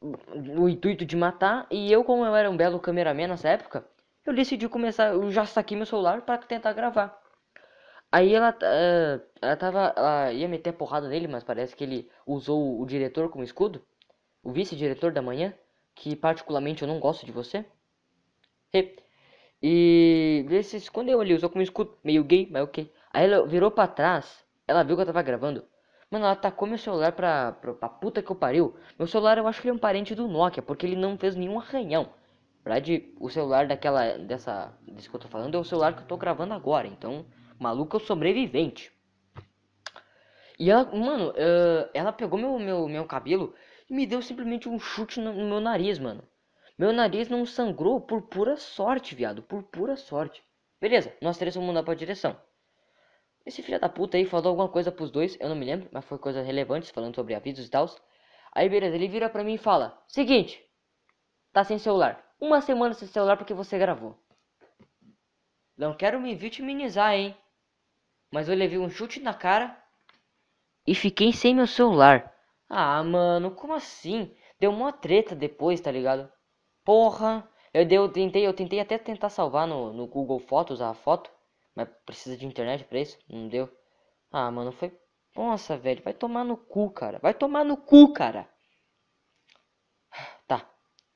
o intuito de matar. E eu, como eu era um belo cameraman nessa época, eu decidi começar. Eu já saquei meu celular para tentar gravar. Aí ela, uh, ela tava. Ela ia meter a porrada nele, mas parece que ele usou o diretor como escudo. O vice-diretor da manhã. Que particularmente eu não gosto de você. E, e esse escondeu ali, usou como escudo. Meio gay, mas ok. Aí ela virou pra trás. Ela viu que eu tava gravando. Mano, ela tacou meu celular pra, pra, pra puta que eu pariu. Meu celular eu acho que ele é um parente do Nokia, porque ele não fez nenhum arranhão. Na verdade, o celular daquela, dessa, desse que eu tô falando é o celular que eu tô gravando agora. Então, maluco é o sobrevivente. E ela, mano, uh, ela pegou meu, meu, meu cabelo e me deu simplesmente um chute no, no meu nariz, mano. Meu nariz não sangrou por pura sorte, viado. Por pura sorte. Beleza, nós três vamos mudar pra direção. Esse filho da puta aí falou alguma coisa pros dois, eu não me lembro, mas foi coisa relevante, falando sobre avisos e tal. Aí beleza, ele vira pra mim e fala: Seguinte, tá sem celular. Uma semana sem celular porque você gravou. Não quero me vitimizar, hein. Mas eu levei um chute na cara e fiquei sem meu celular. Ah, mano, como assim? Deu uma treta depois, tá ligado? Porra, eu, dei, eu tentei, eu tentei até tentar salvar no, no Google Fotos a foto, mas precisa de internet pra isso, não deu. Ah, mano, foi. Nossa, velho, vai tomar no cu, cara. Vai tomar no cu, cara. Tá.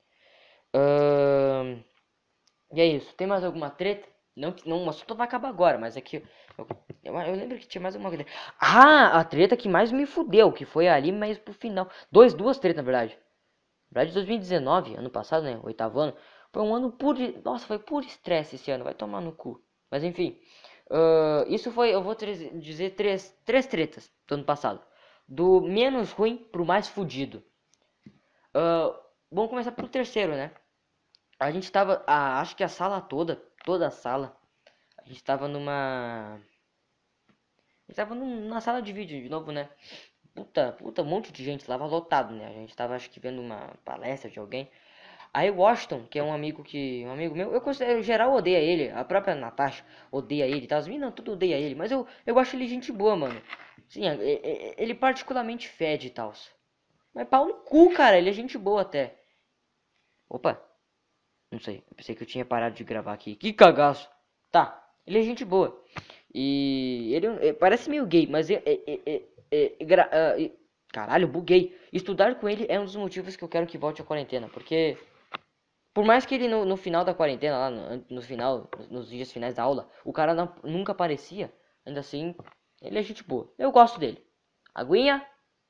Ahn, E é isso. Tem mais alguma treta? Não, que- não, o assunto vai acabar agora, mas é que eu, eu, eu lembro que tinha mais alguma treta. Ah, a treta que mais me fudeu, que foi ali, mas pro final. Dois, duas tretas, na verdade. Na verdade, dois mil e dezenove, ano passado, né? Oitavo ano. Foi um ano puro. Nossa, foi puro estresse esse ano. Vai tomar no cu. Mas enfim. Uh, isso foi. Eu vou dizer três, três tretas do ano passado. Do menos ruim pro mais fudido. Uh, vamos começar pelo terceiro, né? A gente tava. Ah, acho que a sala toda. Toda a sala. A gente tava numa. A gente tava numa sala de vídeo de novo, né? Puta, puta, um monte de gente lá, tava lotado, né? A gente tava, acho que, vendo uma palestra de alguém. Aí o Washington, que é um amigo que. Um amigo meu, eu considero, geral odeia ele. A própria Natasha odeia ele, tá? As meninas tudo odeia ele. Mas eu, eu acho ele gente boa, mano. Sim, é- é- é- ele particularmente fede e tal. Mas pau no cu, cara, ele é gente boa até. Opa, não sei. Eu pensei que eu tinha parado de gravar aqui. Que cagaço. Tá, ele é gente boa. E ele é- parece meio gay, mas é, é, é, é- é gra- ah, é- caralho, buguei. Estudar com ele é um dos motivos que eu quero que volte a quarentena, porque por mais que ele no, no final da quarentena, lá no, no final, nos dias finais da aula, o cara não- nunca aparecia, ainda assim, ele é gente boa. Eu gosto dele. Aguinha?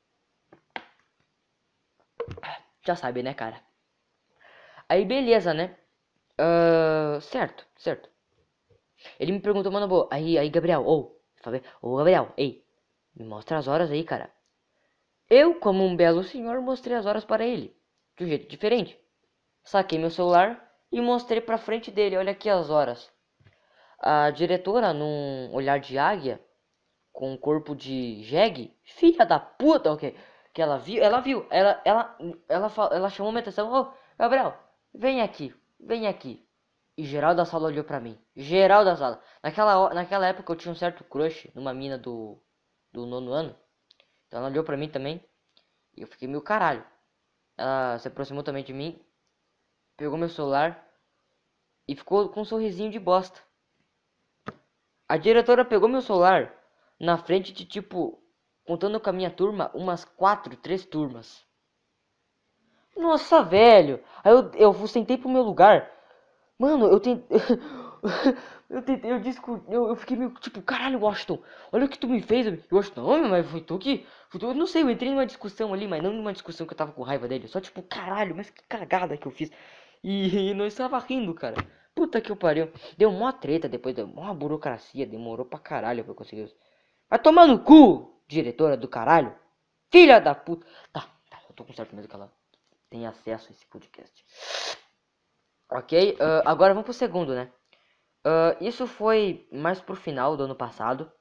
Já sabe, né, cara? Aí beleza, né? Ah, certo, certo. Ele me perguntou, mano, boa. Aí, aí, Gabriel, ou, falei, ô, Gabriel, ei, me mostra as horas aí, cara. Eu, como um belo senhor, mostrei as horas para ele, de um jeito diferente. Saquei meu celular e mostrei pra frente dele, olha aqui as horas. A diretora, num olhar de águia, com um corpo de jegue, filha da puta, ok, que ela viu, ela viu, ela, ela, ela, ela, ela chamou minha atenção, ô, Gabriel, vem aqui, vem aqui. E geral da sala olhou pra mim, geral da sala. Naquela, naquela época eu tinha um certo crush numa mina do, do nono ano, então ela olhou pra mim também, e eu fiquei meio caralho. Ela se aproximou também de mim, pegou meu celular e ficou com um sorrisinho de bosta. A diretora pegou meu celular na frente de tipo, contando com a minha turma, umas quatro, três turmas. Nossa, velho. Aí eu, eu sentei pro meu lugar. Mano, eu tentei. eu tentei, eu, discu... eu, eu fiquei meio tipo, caralho, Washington, olha o que tu me fez. Eu, Washington, não, mas foi tu que. Foi tu... Eu não sei, eu entrei numa discussão ali, mas não numa discussão que eu tava com raiva dele. Só tipo, caralho, mas que cagada que eu fiz. E, e nós estava rindo, cara. Puta que eu pariu. Deu mó treta depois, deu mó burocracia, demorou pra caralho pra eu conseguir. Vai tomar no cu, diretora do caralho. Filha da puta. Tá, tá, eu tô com certo medo que ela tenha acesso a esse podcast. Ok, uh, agora vamos pro segundo, né? Uh, isso foi mais pro final do ano passado.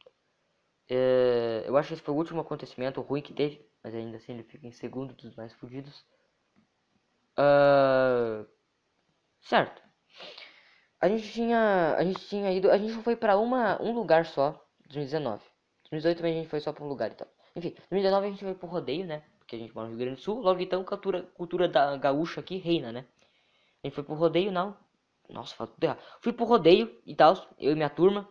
Uh, eu acho que esse foi o último acontecimento ruim que teve, mas ainda assim ele fica em segundo dos mais fodidos. Uh, certo. A gente tinha, a gente tinha ido, a gente foi pra uma, um lugar só, dois mil e dezenove. dois mil e dezoito também a gente foi só pra um lugar e tal. Enfim, dois mil e dezenove a gente foi pro rodeio, né? porque a gente mora no Rio Grande do Sul, logo então cultura, cultura da gaúcha aqui reina, né? A gente foi pro rodeio, não. Nossa, falei tudo errado. Fui pro rodeio e tal, eu e minha turma.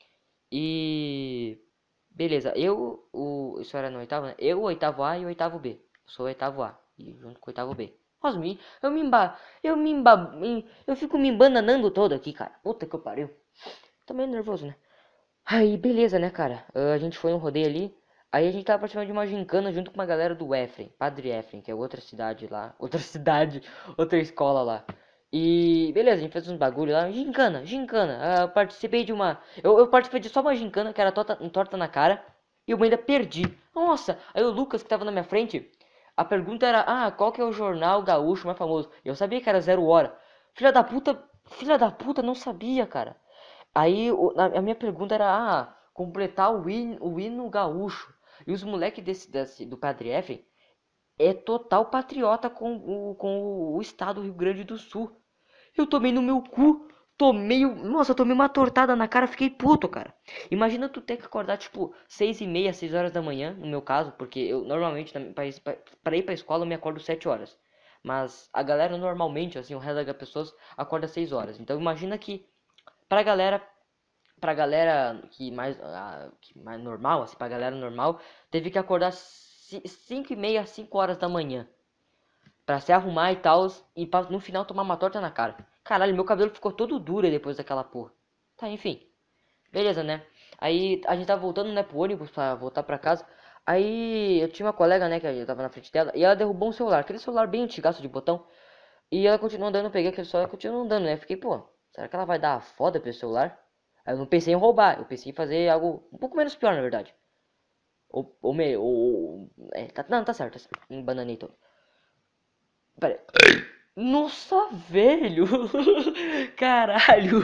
E... Beleza, eu, o... Isso era no oitavo, né? Eu, o oitavo A e o oitavo B. Eu sou o oitavo A, e junto com o oitavo B. Nossa, me, eu me emba... Eu me emba... me- Eu fico me embananando todo aqui, cara. Puta que eu pariu. Tô meio nervoso, né? Aí, beleza, né, cara? Ah, a gente foi no rodeio ali. Aí a gente tava participando de uma gincana junto com uma galera do Efrem, Padre Efrem, que é outra cidade lá. Outra cidade, outra escola lá. E beleza, a gente fez uns bagulho lá. Gincana, gincana. Ah, eu participei de uma. Eu, eu participei de só uma gincana que era torta, torta na cara. E eu ainda perdi. Nossa! Aí o Lucas que tava na minha frente. A pergunta era: Ah, qual que é o jornal gaúcho mais famoso? Eu sabia que era Zero Hora. Filha da puta. Filha da puta, não sabia, cara. Aí o- a minha pergunta era, ah, completar o hino, o hino gaúcho. E os moleques desse, desse, do Padre Efraim é total patriota com o, com o, o estado do Rio Grande do Sul. Eu tomei no meu cu, tomei, o- nossa, eu tomei uma tortada na cara, fiquei puto, cara. Imagina tu ter que acordar, tipo, seis e meia, seis horas da manhã, no meu caso, porque eu normalmente, na- pra, ir- pra, pra ir pra escola, eu me acordo sete horas. Mas a galera normalmente, assim, o resto das pessoas acorda seis horas. Então imagina que pra galera pra galera que mais, ah, que mais normal, assim, pra galera normal, teve que acordar cinco e meia, cinco horas da manhã. Pra se arrumar e tal, e pra, no final tomar uma torta na cara. Caralho, meu cabelo ficou todo duro depois daquela porra. Tá, enfim. Beleza, né? Aí a gente tava voltando, né, pro ônibus pra voltar pra casa. Aí eu tinha uma colega, né, que eu tava na frente dela, e ela derrubou um celular, aquele celular bem antigaço de botão. E ela continuou andando, eu peguei aquele celular e continuou andando, né? Fiquei, pô, será que ela vai dar a foda pro celular? Aí eu não pensei em roubar, eu pensei em fazer algo um pouco menos pior, na verdade. Ou, ou, me, ou, ou é, tá, não, tá certo, tá certo. Um bananei todo. Pera aí. Nossa, velho! Caralho!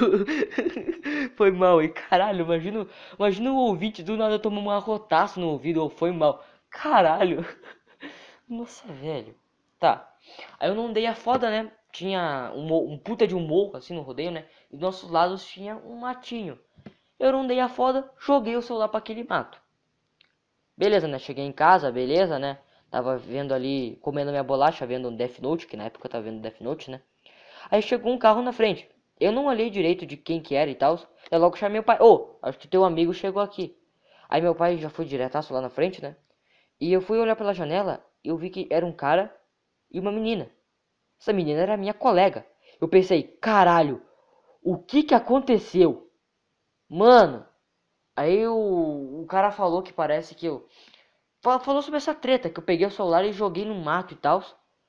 Foi mal, hein? Caralho, imagina, imagina o ouvinte do nada tomar uma rotaça no ouvido, ou foi mal. Caralho! Nossa, velho. Tá. Aí eu não dei a foda, né? Tinha um, mo- um puta de um morro, assim, no rodeio, né? E dos nossos lados tinha um matinho. Eu não dei a foda, joguei o celular pra aquele mato. Beleza, né? Cheguei em casa, beleza, né? Tava vendo ali, comendo minha bolacha, vendo um Death Note, que na época eu tava vendo Death Note, né? Aí chegou um carro na frente. Eu não olhei direito de quem que era e tal. Eu logo chamei o pai. Ô, oh, acho que teu amigo chegou aqui. Aí meu pai já foi diretaço lá na frente, né? E eu fui olhar pela janela e eu vi que era um cara e uma menina. Essa menina era minha colega. Eu pensei, caralho, o que que aconteceu? Mano, aí o, o cara falou que parece que eu... Falou sobre essa treta, que eu peguei o celular e joguei no mato e tal.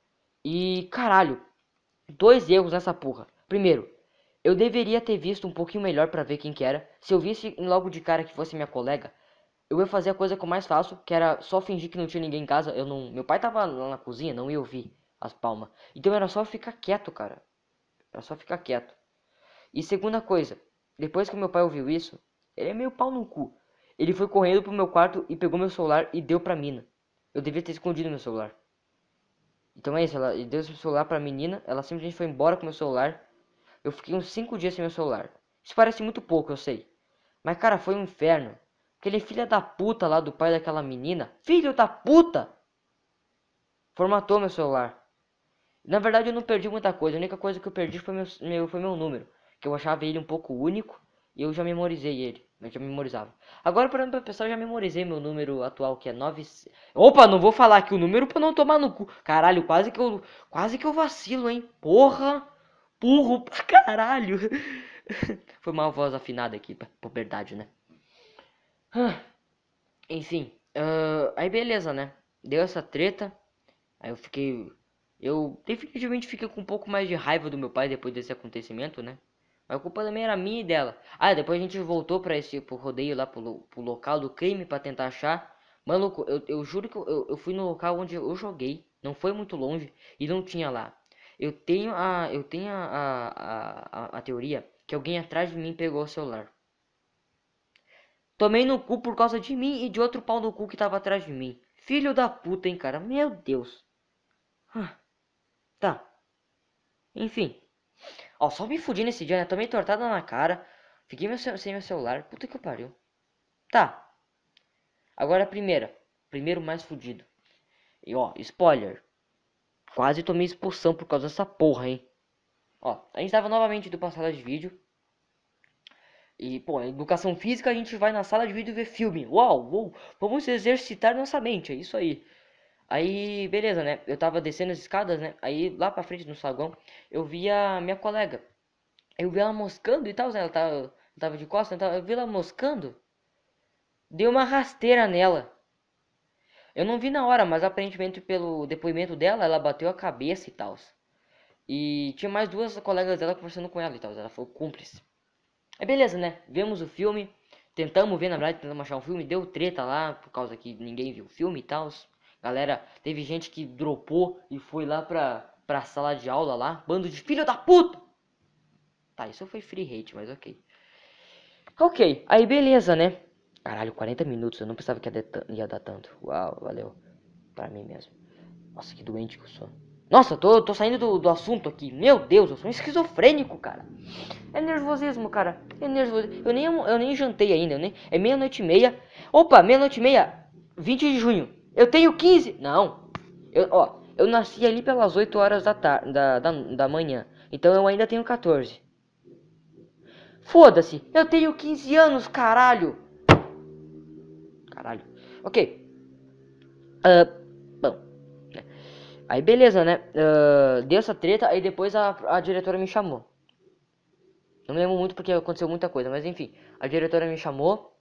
E, caralho, dois erros nessa porra. Primeiro, eu deveria ter visto um pouquinho melhor pra ver quem que era. Se eu visse logo de cara que fosse minha colega, eu ia fazer a coisa que eu mais faço, que era só fingir que não tinha ninguém em casa. Eu não, meu pai tava lá na cozinha, não ia ouvir as palmas. Então era só ficar quieto, cara. Era só ficar quieto. E segunda coisa, depois que meu pai ouviu isso, ele é meio pau no cu. Ele foi correndo pro meu quarto e pegou meu celular e deu pra mina. Eu devia ter escondido meu celular. Então é isso, ela deu o celular pra menina, ela simplesmente foi embora com meu celular. Eu fiquei uns cinco dias sem meu celular. Isso parece muito pouco, eu sei. Mas cara, foi um inferno. Aquele filho da puta lá do pai daquela menina, filho da puta, formatou meu celular. Na verdade eu não perdi muita coisa, a única coisa que eu perdi foi meu, meu, foi meu número. Que eu achava ele um pouco único e eu já memorizei ele. Eu já memorizava. Agora, parando pra pensar, eu já memorizei meu número atual, que é nove. Opa, não vou falar aqui o número pra não tomar no cu. Caralho, quase que eu. Quase que eu vacilo, hein? Porra! Burro pra caralho! Foi uma voz afinada aqui, puberdade, né? Enfim, ah, aí beleza, né? Deu essa treta. Aí eu fiquei. Eu definitivamente fiquei com um pouco mais de raiva do meu pai depois desse acontecimento, né? A culpa também era minha e dela. Ah, depois a gente voltou pra esse pro rodeio lá, pro, lo- pro local do crime pra tentar achar. Maluco, eu, eu juro que eu, eu, eu fui no local onde eu joguei. Não foi muito longe e não tinha lá. Eu tenho a. Eu tenho a, a, a, a teoria que alguém atrás de mim pegou o celular. Tomei no cu por causa de mim e de outro pau no cu que tava atrás de mim. Filho da puta, hein, cara. Meu Deus. Ah, tá. Enfim. Ó, só me fudi nesse dia, né? Tomei tortada na cara. Fiquei meu, sem meu celular. Puta que pariu. Tá. Agora a primeira. Primeiro mais fudido. E ó, spoiler. Quase tomei expulsão por causa dessa porra, hein. Ó, a gente tava novamente indo pra sala de vídeo. E, pô, na educação física a gente vai na sala de vídeo ver filme. Uau, uau, vamos exercitar nossa mente, é isso aí. Aí, beleza, né? Eu tava descendo as escadas, né? Aí, lá pra frente no saguão, eu vi a minha colega. Eu vi ela moscando e tal, né? Ela tava, tava de costas, então eu vi ela moscando. Dei uma rasteira nela. Eu não vi na hora, mas aparentemente pelo depoimento dela, ela bateu a cabeça e tal. E tinha mais duas colegas dela conversando com ela e tal. Ela foi cúmplice. Aí beleza, né? Vemos o filme. Tentamos ver, na verdade, tentamos achar um filme. Deu treta lá, por causa que ninguém viu o filme e tal. Galera, teve gente que dropou e foi lá pra, pra sala de aula lá. Bando de filho da puta! Tá, isso foi free hate, mas ok. Ok, aí beleza, né? Caralho, quarenta minutos, eu não pensava que ia, ia dar tanto. Uau, valeu. Pra mim mesmo. Nossa, que doente que eu sou. Nossa, tô, tô saindo do, do assunto aqui. Meu Deus, eu sou um esquizofrênico, cara. É nervosismo, cara. É nervosismo. Eu nem, eu nem jantei ainda. Eu nem... É meia-noite e meia. Opa, meia-noite e meia. vinte de junho. Eu tenho quinze. Não. Eu, ó, eu nasci ali pelas oito horas da, tar... da, da, da manhã. Então eu ainda tenho quatorze. Foda-se. Eu tenho quinze anos, caralho. Caralho. Ok. Uh, bom. Aí beleza, né? Uh, deu essa treta. Aí depois a, a diretora me chamou. Não me lembro muito porque aconteceu muita coisa. Mas enfim. A diretora me chamou.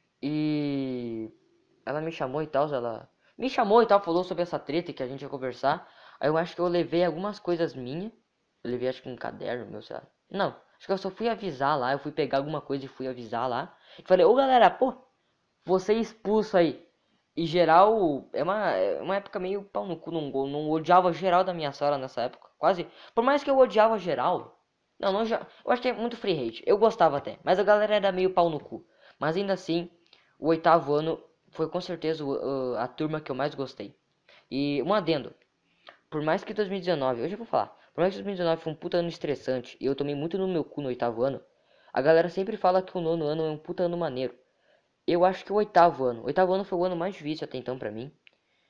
E ela me chamou e tal, ela me chamou e tal, falou sobre essa treta que a gente ia conversar. Aí eu acho que eu levei algumas coisas minhas. Eu levei acho que um caderno meu, sei lá. Não, acho que eu só fui avisar lá, eu fui pegar alguma coisa e fui avisar lá. E falei, ô galera, pô, você é expulso aí. E geral, é uma, é uma época meio pau no cu, não, não odiava geral da minha sala nessa época. Quase, por mais que eu odiava geral. Não, não, já, eu acho que é muito free hate. Eu gostava até, mas a galera era meio pau no cu. Mas ainda assim, o oitavo ano foi com certeza uh, a turma que eu mais gostei. E um adendo, por mais que dois mil e dezenove, eu já vou falar, por mais que dois mil e dezenove foi um puta ano estressante e eu tomei muito no meu cu no oitavo ano, a galera sempre fala que o nono ano é um puta ano maneiro. Eu acho que o oitavo ano, o oitavo ano foi o ano mais difícil até então pra mim.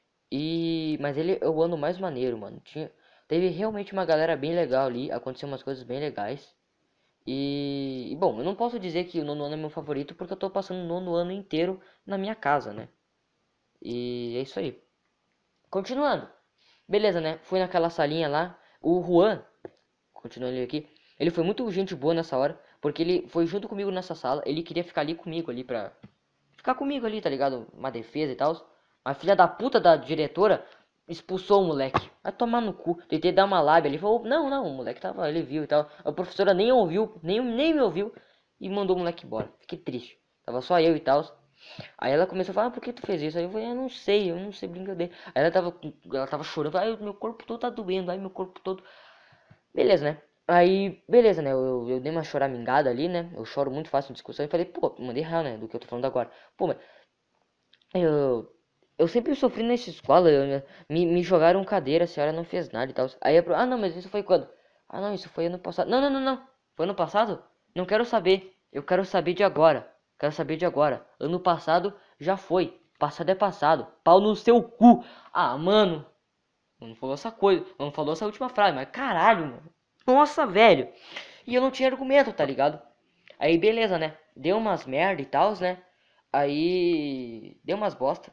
E mas ele é o ano mais maneiro, mano. Tinha, teve realmente uma galera bem legal ali, aconteceu umas coisas bem legais. E, e, bom, eu não posso dizer que o nono ano é meu favorito porque eu tô passando o nono ano inteiro na minha casa, né? E é isso aí. Continuando. Beleza, né? Fui naquela salinha lá. O Juan, continuando ele aqui, ele foi muito gente boa nessa hora, porque ele foi junto comigo nessa sala. Ele queria ficar ali comigo ali pra ficar comigo ali, tá ligado? Uma defesa e tal. A filha da puta da diretora expulsou o moleque. Vai tomar no cu. Tentei dar uma lábia. Ele falou, não, não, o moleque tava, ele viu e tal. A professora nem ouviu, nem, nem me ouviu. E mandou o moleque embora. Fiquei triste. Tava só eu e tal. Aí ela começou a falar, ah, por que tu fez isso? Aí eu falei, eu não sei, eu não sei brincadeira. Aí ela tava, ela tava chorando, ai, meu corpo todo tá doendo, ai, meu corpo todo. Beleza, né? Aí, beleza, né? Eu, eu, eu dei uma choramingada ali, né? Eu choro muito fácil em discussão. E falei, pô, mandei real, né? Do que eu tô falando agora. Pô, mas eu, eu sempre sofri nessa escola. Eu, me, me jogaram cadeira, a senhora não fez nada e tal. Aí, eu, ah, não, mas isso foi quando? Ah, não, isso foi ano passado. Não, não, não, não. Foi ano passado? Não quero saber. Eu quero saber de agora. Quero saber de agora. Ano passado já foi. Passado é passado. Pau no seu cu. Ah, mano. Não falou essa coisa. Não falou essa última frase, mas caralho, mano. Nossa, velho. E eu não tinha argumento, tá ligado? Aí beleza, né? Deu umas merda e tal, né? Aí deu umas bosta.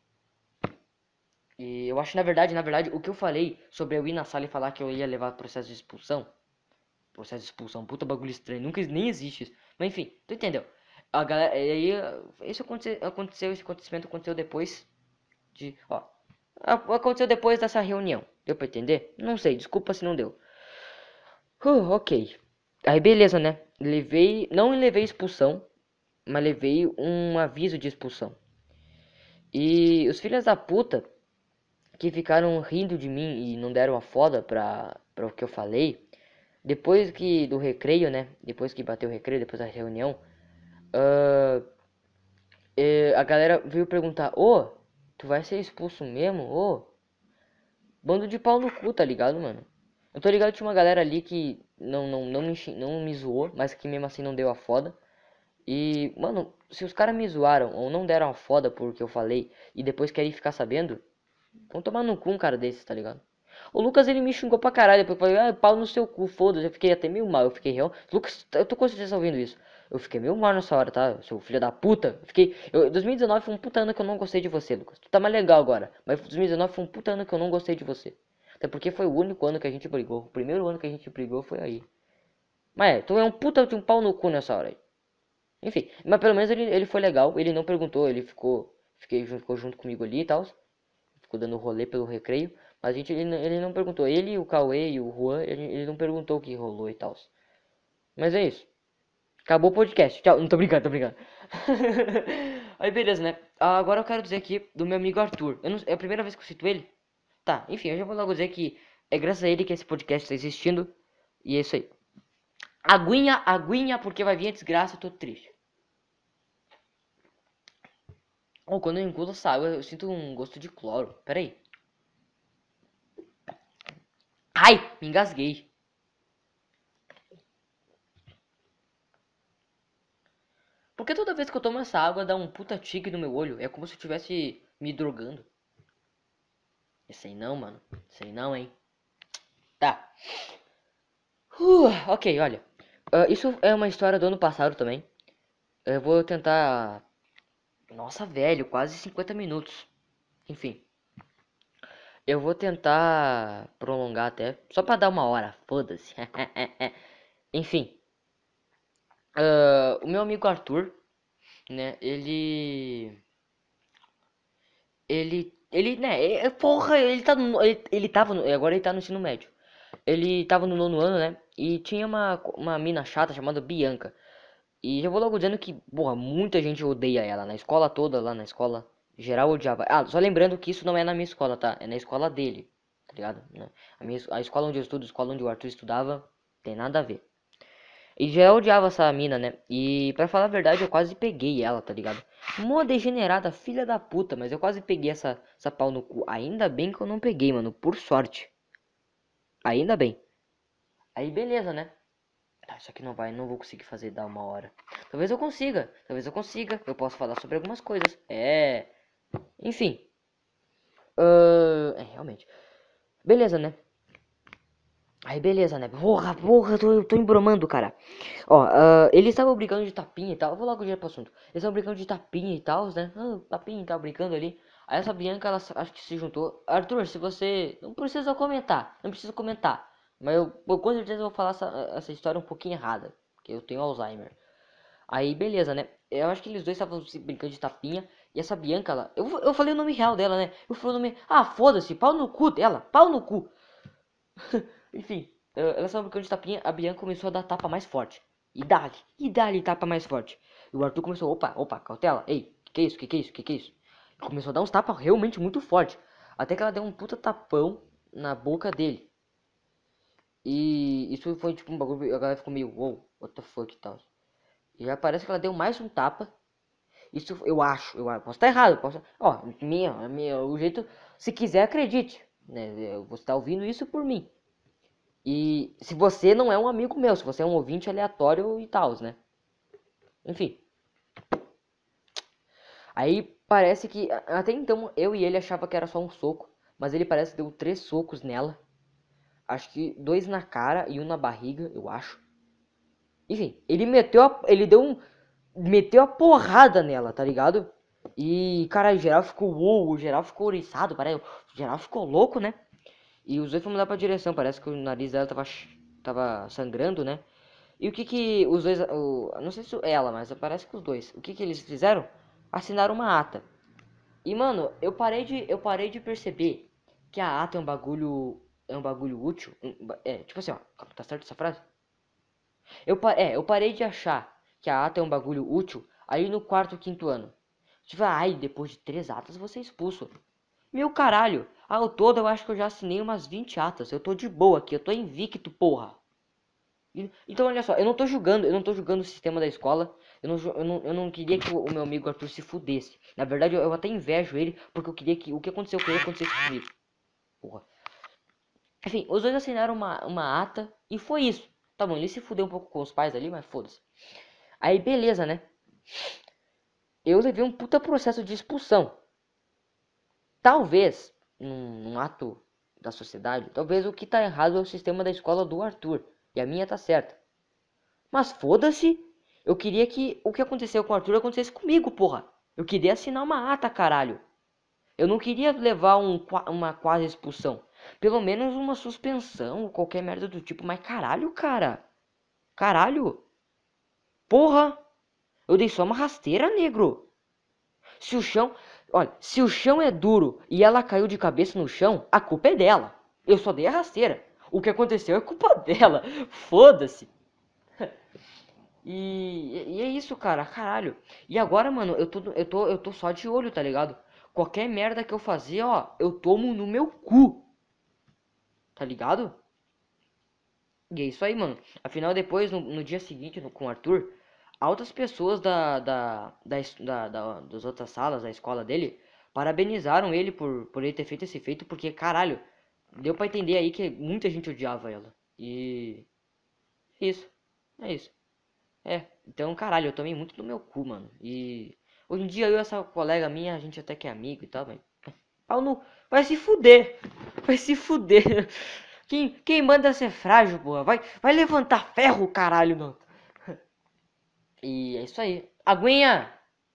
E eu acho, na verdade, na verdade, o que eu falei sobre eu ir na sala e falar que eu ia levar processo de expulsão. Processo de expulsão, puta bagulho estranho, nunca nem existe isso. Mas enfim, tu entendeu? A galera, e aí, isso aconteceu, aconteceu, esse acontecimento aconteceu depois de, ó, aconteceu depois dessa reunião. Deu pra entender? Não sei, desculpa se não deu. Uh, ok. Aí beleza, né? Levei, não levei expulsão, mas levei um aviso de expulsão. E os filhos da puta que ficaram rindo de mim e não deram a foda pra, pra o que eu falei, depois que do recreio, né? Depois que bateu o recreio, depois da reunião, uh, a galera veio perguntar, ô, oh, tu vai ser expulso mesmo? Ô, oh, bando de pau no cu, tá ligado, mano? Eu tô ligado que tinha uma galera ali que não, não, não, me, não me zoou, mas que mesmo assim não deu a foda. E, mano, se os caras me zoaram ou não deram a foda porque eu falei e depois querem ficar sabendo, Vamos tomar no cu um cara desses, tá ligado? O Lucas, ele me xingou pra caralho. Depois eu falei, ah, pau no seu cu, foda-se. Eu fiquei até meio mal. Eu fiquei real. Lucas, eu tô com certeza ouvindo isso. Eu fiquei meio mal nessa hora, tá? Seu filho da puta. Eu fiquei. Eu, dois mil e dezenove foi um puta ano que eu não gostei de você, Lucas. Tu tá mais legal agora. Mas dois mil e dezenove foi um puta ano que eu não gostei de você. Até porque foi o único ano que a gente brigou. O primeiro ano que a gente brigou foi aí. Mas é, tu é um puta de um pau no cu nessa hora aí. Enfim, mas pelo menos ele, ele foi legal. Ele não perguntou, ele ficou. Fiquei, ficou junto comigo ali e tal. Ficou dando rolê pelo recreio. Mas a gente, ele, ele não perguntou. Ele, o Cauê e o Juan, ele, ele não perguntou o que rolou e tal. Mas é isso. Acabou o podcast. Tchau. Não tô brincando, tô brincando. Aí beleza, né? Ah, agora eu quero dizer aqui do meu amigo Arthur. Eu não, é a primeira vez que eu cito ele. Tá, enfim, eu já vou logo dizer que é graças a ele que esse podcast tá existindo. E é isso aí. Aguinha, aguinha, porque vai vir a desgraça, eu tô triste. Oh, quando eu engulo essa água, eu sinto um gosto de cloro. Pera aí. Ai, me engasguei. Porque toda vez que eu tomo essa água dá um puta tique no meu olho. É como se eu estivesse me drogando. Isso aí não, mano. Isso aí não, hein. Tá. Uh, ok, olha. Uh, isso é uma história do ano passado também. Eu vou tentar. Nossa, velho, quase cinquenta minutos. Enfim. Eu vou tentar prolongar até. Só pra dar uma hora. Foda-se. Enfim. Uh, o meu amigo Arthur, né? Ele. Ele. Ele, né? é- Porra, ele tá no. Ele, ele tava no. Agora ele tá no ensino médio. Ele tava no nono ano, né? E tinha uma, uma mina chata chamada Bianca. E já vou logo dizendo que, porra, muita gente odeia ela. Na escola toda, lá na escola, geral odiava. Ah, só lembrando que isso não é na minha escola, tá? É na escola dele, tá ligado? Né? A, minha, a escola onde eu estudo, a escola onde o Arthur estudava, tem nada a ver. E já odiava essa mina, né? E pra falar a verdade, eu quase peguei ela, tá ligado? Mó degenerada, filha da puta, mas eu quase peguei essa, essa pau no cu. Ainda bem que eu não peguei, mano, por sorte. Ainda bem. Aí beleza, né? Tá, isso aqui não vai, não vou conseguir fazer dar uma hora. Talvez eu consiga, talvez eu consiga. Eu posso falar sobre algumas coisas. É, enfim. Uh, é, realmente. Beleza, né? Aí beleza, né? Porra, porra, eu tô, eu tô embromando, cara. Ó, uh, eles estavam brincando de tapinha e tal. Eu vou logo direto pro assunto. Eles estavam brincando de tapinha e tal, né? Ah, tapinha e tal, brincando ali. Aí essa Bianca, ela s- acho que se juntou. Arthur, se você. Não precisa comentar. Não precisa comentar. Mas eu, eu com certeza vou falar essa, essa história um pouquinho errada. Porque eu tenho Alzheimer. Aí beleza, né? Eu acho que eles dois estavam se brincando de tapinha. E essa Bianca, ela. Eu, eu falei o nome real dela, né? Eu falei o nome. Ah, foda-se, pau no cu dela, pau no cu. Enfim, eh, ela estava brincando de tapinha, a Bianca começou a dar tapa mais forte. E dali, e dali tapa mais forte. E o Arthur começou, opa, opa, cautela, ei, que que é isso, que que é isso, que que é isso? E começou a dar uns tapas realmente muito forte. Até que ela deu um puta tapão na boca dele. E isso foi tipo um bagulho, a galera ficou meio, wow, what the fuck e tal. E já parece que ela deu mais um tapa. Isso eu acho, eu acho, posso estar errado, posso, ó, minha, minha, o jeito, se quiser acredite, né? Você tá ouvindo isso por mim. E se você não é um amigo meu, se você é um ouvinte aleatório e tal, né? Enfim. Aí parece que até então eu e ele achava que era só um soco, mas ele parece que deu três socos nela. Acho que dois na cara e um na barriga, eu acho. Enfim, ele meteu a, ele deu um meteu a porrada nela, tá ligado? E cara, o geral ficou uou, o geral ficou oriçado, parece, o geral ficou louco, né? E os dois foram lá pra direção, parece que o nariz dela tava tava sangrando, né? E o que que os dois, o, não sei se ela, mas parece que os dois, o que que eles fizeram? Assinaram uma ata. E mano, eu parei de, eu parei de perceber que a ata é um bagulho, é um bagulho útil. É, tipo assim, ó, tá certo essa frase? Eu, é, eu parei de achar que a ata é um bagulho útil aí no quarto, quinto ano. Tipo, ai, depois de três atas você é expulso. Meu caralho, ao todo eu acho que eu já assinei umas vinte atas. Eu tô de boa aqui, eu tô invicto, porra. Então, olha só, eu não tô julgando, eu não tô julgando o sistema da escola. Eu não, eu não, eu não queria que o, o meu amigo Arthur se fudesse. Na verdade, eu, eu até invejo ele, porque eu queria que o que aconteceu com ele acontecesse comigo. Porra. Enfim, os dois assinaram uma, uma ata e foi isso. Tá bom, ele se fudeu um pouco com os pais ali, mas foda-se. Aí, beleza, né? Eu levei um puta processo de expulsão. Talvez, num, num ato da sociedade, talvez o que tá errado é o sistema da escola do Arthur. E a minha tá certa. Mas foda-se. Eu queria que o que aconteceu com o Arthur acontecesse comigo, porra. Eu queria assinar uma ata, caralho. Eu não queria levar um, uma quase expulsão. Pelo menos uma suspensão ou qualquer merda do tipo. Mas caralho, cara. Caralho. Porra. Eu dei só uma rasteira, negro. Se o chão... Olha, se o chão é duro e ela caiu de cabeça no chão, a culpa é dela. Eu só dei a rasteira. O que aconteceu é culpa dela. Foda-se. E, e é isso, cara, caralho. E agora, mano, eu tô, eu tô, eu tô só de olho, tá ligado? Qualquer merda que eu fazer, ó, eu tomo no meu cu, tá ligado? E é isso aí, mano. Afinal, depois, no, no dia seguinte, no, com o Arthur, altas pessoas da, da, da, es- da, da- das outras salas, da escola dele, parabenizaram ele por, por ele ter feito esse feito, porque, caralho, deu pra entender aí que muita gente odiava ela. E é isso, é isso. É, então, caralho, eu tomei muito no meu cu, mano. E hoje em dia eu e essa colega minha, a gente até que é amigo e tal, mas pau no... Vai se fuder. Vai se fuder. Quem, quem manda ser frágil, porra? Vai, vai levantar ferro, caralho, mano. E é isso aí. Aguinha!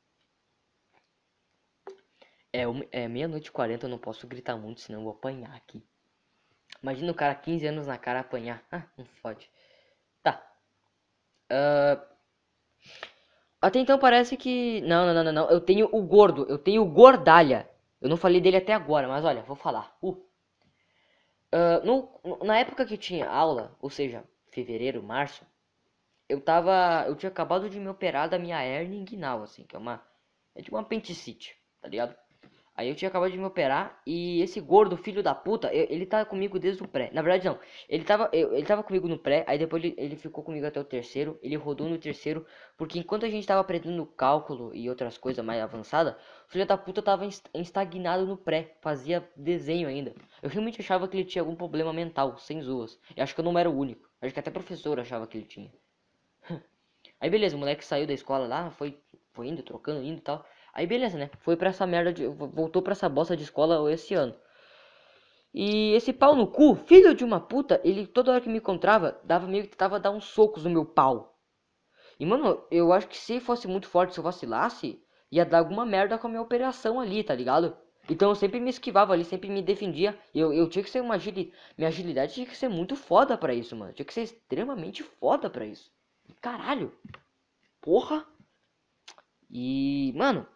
É, um- é meia-noite e quarenta, eu não posso gritar muito, senão eu vou apanhar aqui. Imagina o cara quinze anos na cara apanhar. Ah, não fode. Tá. Ah, até então parece que... Não, não, não, não, não. Eu tenho o gordo. Eu tenho o gordalha. Eu não falei dele até agora, mas olha, vou falar. Uh. Ah, no, na época que tinha aula, ou seja, fevereiro, março, eu tava... Eu tinha acabado de me operar da minha hérnia inguinal, assim, que é uma... É de uma apendicite, tá ligado? Aí eu tinha acabado de me operar e esse gordo, filho da puta, eu- ele tá comigo desde o pré. Na verdade, não. Ele tava, eu- ele tava comigo no pré, aí depois ele, ele ficou comigo até o terceiro. Ele rodou no terceiro, porque enquanto a gente tava aprendendo cálculo e outras coisas mais avançadas, o filho da puta tava ins- estagnado no pré, fazia desenho ainda. Eu realmente achava que ele tinha algum problema mental, sem zoas. Eu acho que eu não era o único. Acho que até a professora achava que ele tinha. Aí beleza, o moleque saiu da escola lá, foi, foi indo, trocando, indo e tal. Aí beleza, né? Foi pra essa merda de. Voltou pra essa bosta de escola esse ano. E esse pau no cu, filho de uma puta, ele toda hora que me encontrava, dava meio que tentava dar uns socos no meu pau. E mano, eu acho que se fosse muito forte, se eu vacilasse, ia dar alguma merda com a minha operação ali, tá ligado? Então eu sempre me esquivava ali, sempre me defendia. Eu, eu tinha que ser uma agilidade. Minha agilidade tinha que ser muito foda pra isso, mano. Tinha que ser extremamente foda pra isso. Caralho, porra. E, mano,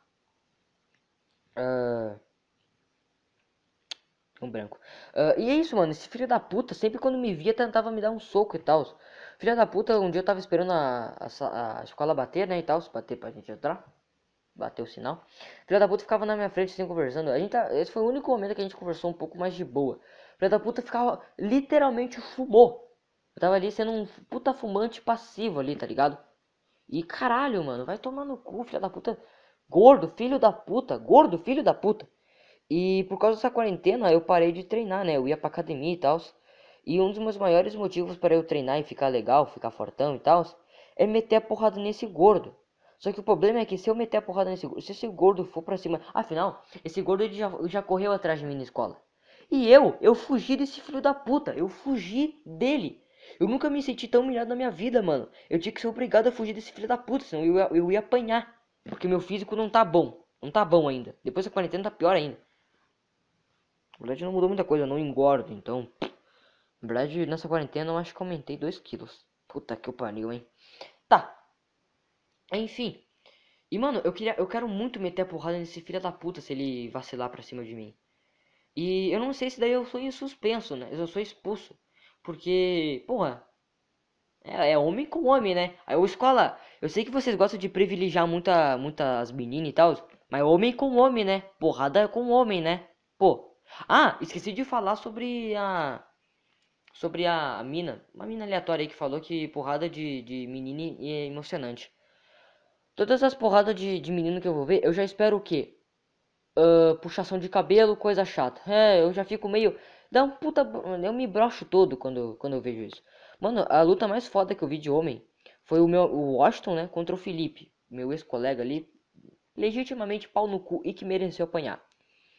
ah, um branco. Ah, e é isso, mano. Esse filho da puta, sempre quando me via, tentava me dar um soco e tal. Filho da puta, um dia eu tava esperando a, a, a escola bater, né, e tal. Bater pra gente entrar. Bater o sinal. Filho da puta ficava na minha frente, assim, conversando. A gente tá, esse foi o único momento que a gente conversou um pouco mais de boa. Filho da puta ficava, literalmente fumou. Eu tava ali sendo um puta fumante passivo ali, tá ligado? E caralho, mano, vai tomar no cu, filho da puta. Gordo, filho da puta. Gordo, filho da puta. E por causa dessa quarentena eu parei de treinar, né? Eu ia pra academia e tal. E um dos meus maiores motivos para eu treinar e ficar legal, ficar fortão e tal, é meter a porrada nesse gordo. Só que o problema é que se eu meter a porrada nesse gordo, se esse gordo for pra cima. Afinal, esse gordo ele já, já correu atrás de mim na escola. E eu, eu fugi desse filho da puta. Eu fugi dele. Eu nunca me senti tão humilhado na minha vida, mano. Eu tinha que ser obrigado a fugir desse filho da puta, senão eu ia, eu ia apanhar. Porque meu físico não tá bom. Não tá bom ainda. Depois da quarentena tá pior ainda. Na verdade não mudou muita coisa, eu não engordo, então. Na verdade, nessa quarentena eu acho que aumentei dois quilos. Puta que pariu, hein? Tá, enfim. E mano, eu queria, eu quero muito meter a porrada nesse filho da puta se ele vacilar pra cima de mim. E eu não sei se daí eu sou suspenso, né? Eu sou expulso. Porque, porra, é, é homem com homem, né? Aí o escola, eu sei que vocês gostam de privilegiar muita, muitas meninas e tal, mas homem com homem, né? Porrada com homem, né? Pô. Ah, esqueci de falar sobre a sobre a mina, uma mina aleatória aí que falou que porrada de, de menino é emocionante. Todas as porradas de, de menino que eu vou ver, eu já espero o quê? Ah, puxação de cabelo, coisa chata. É, eu já fico meio. Dá um puta. Eu me broxo todo quando, quando eu vejo isso. Mano, a luta mais foda que eu vi de homem foi o meu o Washington, né, contra o Felipe, meu ex-colega ali, legitimamente pau no cu e que mereceu apanhar.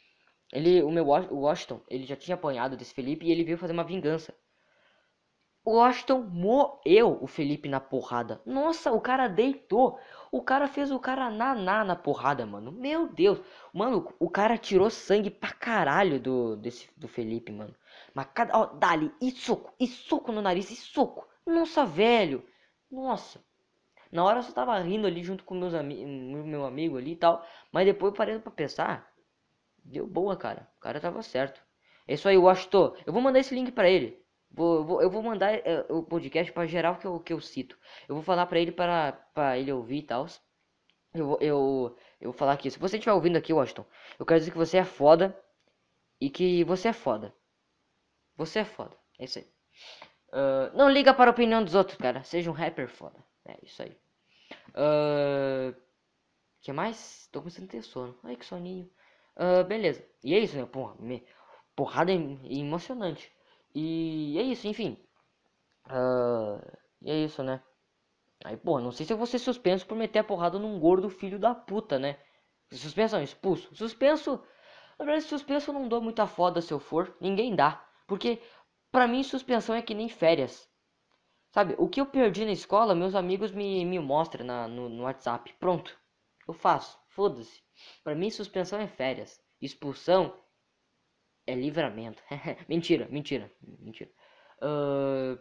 Ele, o meu Wash- o Washington, ele já tinha apanhado desse Felipe e ele veio fazer uma vingança. O Washington moeu o Felipe na porrada. Nossa, o cara deitou. O cara fez o cara naná na porrada, mano. Meu Deus. Mano, o cara tirou sangue pra caralho do, desse, do Felipe, mano. Mas cada. Ó, dali, e soco, e soco no nariz, e soco. Nossa, velho. Nossa. Na hora eu só tava rindo ali junto com meus ami meu amigo ali e tal. Mas depois eu parei pra pensar. Deu boa, cara. O cara tava certo. É isso aí, Washington. Eu vou mandar esse link pra ele. Vou, eu vou, eu vou mandar é, o podcast pra geral que eu, que eu cito. Eu vou falar pra ele para pra ele ouvir e tal. Eu, vou- eu, eu vou falar aqui. Se você estiver ouvindo aqui, Washington, eu quero dizer que você é foda e que você é foda. Você é foda. É isso aí. Ah, não liga para a opinião dos outros, cara. Seja um rapper foda. É isso aí. O que mais? Tô começando a ter sono. Ai, que soninho. Ah, beleza. E é isso, né? Porra, me... porrada em- emocionante. E é isso, enfim. Ah, e é isso, né? Aí, porra, não sei se eu vou ser suspenso por meter a porrada num gordo filho da puta, né? Suspenso não, expulso. Suspenso. Na verdade, suspenso eu não dou muita foda se eu for. Ninguém dá. Porque, pra mim, suspensão é que nem férias. Sabe, o que eu perdi na escola, meus amigos me, me mostram na, no, no WhatsApp. Pronto. Eu faço. Foda-se. Pra mim, suspensão é férias. Expulsão é livramento. Mentira, mentira, mentira. Ah,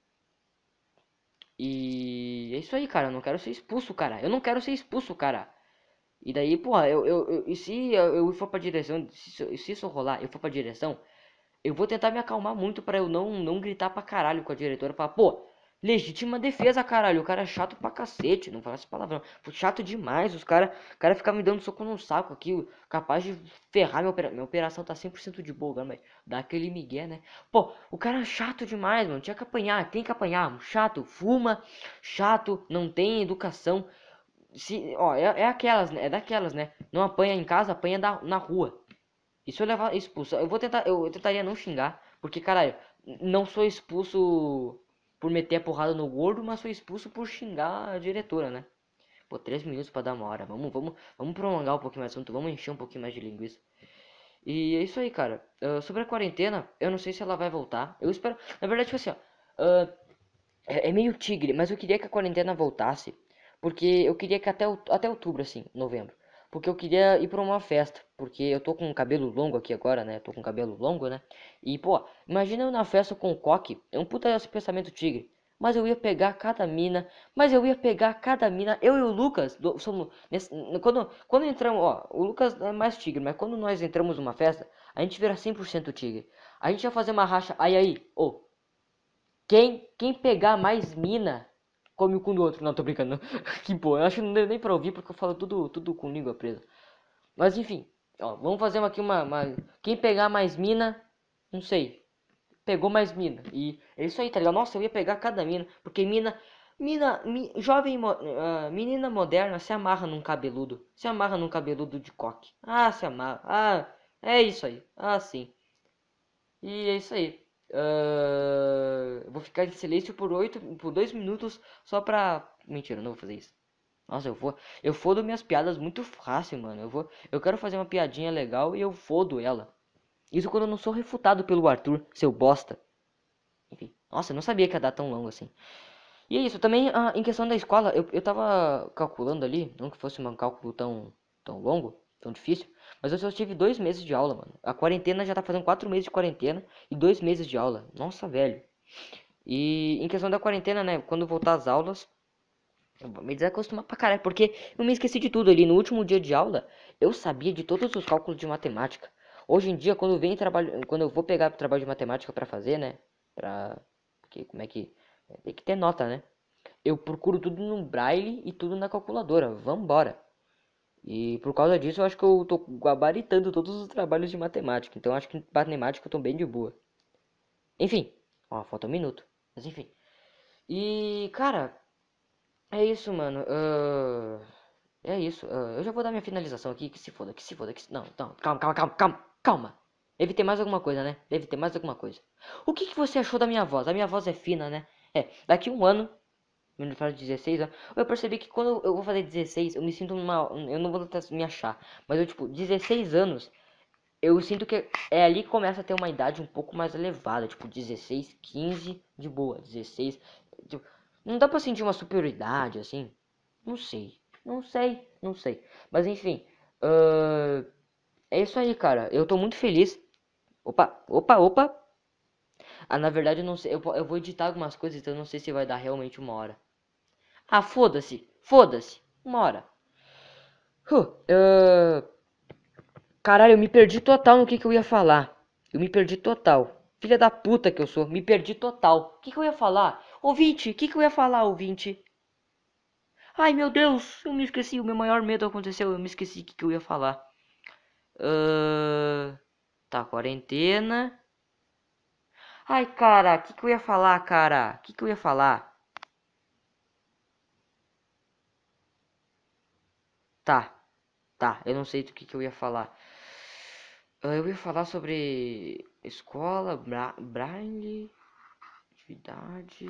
e é isso aí, cara. Eu não quero ser expulso, cara. Eu não quero ser expulso, cara. E daí, porra, eu, eu, eu- e se eu, eu for pra direção, se, isso- se isso rolar, eu for pra direção, eu vou tentar me acalmar muito pra eu não, não gritar pra caralho com a diretora. Falar, pô, legítima defesa, caralho. O cara é chato pra cacete. Não fala essa palavrão. Pô, chato demais. Os cara, o cara fica me dando soco no saco aqui. Capaz de ferrar minha operação. Minha operação tá cem por cento de boa, mas dá aquele migué, né? Pô, o cara é chato demais, mano. Tinha que apanhar. Tem que apanhar. Chato, fuma. Chato, não tem educação. Se, ó, é, é aquelas, né? É daquelas, né? Não apanha em casa, apanha da, na rua. E se eu levar expulso, eu vou tentar, eu, eu tentaria não xingar, porque caralho, não sou expulso por meter a porrada no gordo, mas sou expulso por xingar a diretora, né? Pô, três minutos pra dar uma hora. Vamos, vamos, vamos prolongar um pouquinho mais o assunto, vamos encher um pouquinho mais de linguiça. E é isso aí, cara. Ah, sobre a quarentena, eu não sei se ela vai voltar. Eu espero. Na verdade, tipo assim, ó. ah, é, é meio tigre, mas eu queria que a quarentena voltasse. Porque eu queria que até, out- até outubro, assim, novembro. Porque eu queria ir pra uma festa. Porque eu tô com o cabelo longo aqui agora, né? Tô com cabelo longo, né? E, pô, imagina eu na festa com o coque. É um puta pensamento tigre. Mas eu ia pegar cada mina. Mas eu ia pegar cada mina. Eu e o Lucas do- somos. nesse- quando, quando entramos, ó, o Lucas é mais tigre. Mas quando nós entramos numa festa, a gente vira cem por cento tigre. A gente ia fazer uma racha. Aí aí, ô, quem, quem pegar mais mina, come o cu do outro. Não, tô brincando. Não. Que porra, eu acho que não deu nem pra ouvir porque eu falo tudo, tudo com língua presa. Mas enfim, ó, vamos fazer aqui uma, uma. Quem pegar mais mina, não sei. Pegou mais mina. E é isso aí, tá ligado? Nossa, eu ia pegar cada mina. Porque mina. Mina. Mi, jovem. mo- ah, menina moderna se amarra num cabeludo. Se amarra num cabeludo de coque. Ah, se amarra. Ah, é isso aí. Ah, sim. E é isso aí. Ah, eu vou ficar em silêncio por oito, por dois minutos só pra. Mentira, eu não vou fazer isso. Nossa, eu vou. Eu fodo minhas piadas muito fácil, mano. Eu vou. Eu quero fazer uma piadinha legal e eu fodo ela. Isso quando eu não sou refutado pelo Arthur, seu bosta. Enfim. Nossa, eu não sabia que ia dar tão longo assim. E é isso, também ah, em questão da escola, eu, eu tava calculando ali, não que fosse um cálculo tão, tão longo, tão difícil, mas eu só tive dois meses de aula, mano. A quarentena já tá fazendo quatro meses de quarentena e dois meses de aula. Nossa, velho. E em questão da quarentena, né, quando voltar às aulas, eu vou me desacostumar pra caralho, porque eu me esqueci de tudo ali. No último dia de aula, eu sabia de todos os cálculos de matemática. Hoje em dia, quando vem trabalho, quando eu vou pegar trabalho de matemática pra fazer, né, pra, porque como é que, tem que ter nota, né? Eu procuro tudo no Braille e tudo na calculadora. Vambora. E por causa disso eu acho que eu tô gabaritando todos os trabalhos de matemática. Então eu acho que em matemática eu tô bem de boa. Enfim. Ó, falta um minuto. Mas enfim. E, cara, é isso, mano. Ah, é isso. Ah, eu já vou dar minha finalização aqui. Que se foda, que se foda. Que se... Não, não. Calma, calma, calma, calma. Calma. Deve ter mais alguma coisa, né? Deve ter mais alguma coisa. O que, que você achou da minha voz? A minha voz é fina, né? É, daqui um ano meu aniversário de dezesseis anos. Eu percebi que quando eu vou fazer dezesseis, eu me sinto numa. Eu não vou tentar me achar. Mas eu, tipo, dezesseis anos. eu sinto que é ali que começa a ter uma idade um pouco mais elevada, tipo dezesseis, quinze, de boa, dezesseis. Tipo, não dá pra sentir uma superioridade assim? Não sei, não sei, não sei. Mas enfim, uh, é isso aí, cara. Eu tô muito feliz. Opa, opa, opa. Ah, na verdade eu não sei, eu, eu vou editar algumas coisas, então eu não sei se vai dar realmente uma hora. Ah, foda-se, foda-se, uma hora. Huh, uh, Caralho, eu me perdi total no que que eu ia falar. Eu me perdi total. Filha da puta que eu sou, me perdi total. O que que eu ia falar? Ouvinte, o que que eu ia falar, ouvinte? Ai, meu Deus, eu me esqueci. O meu maior medo aconteceu. Eu me esqueci o que que eu ia falar. Ahn, tá, quarentena. Ai, cara, o que que eu ia falar, cara? O que que eu ia falar? Tá, tá, eu não sei do que que eu ia falar. Ah, eu ia falar sobre escola, bra braille, atividade.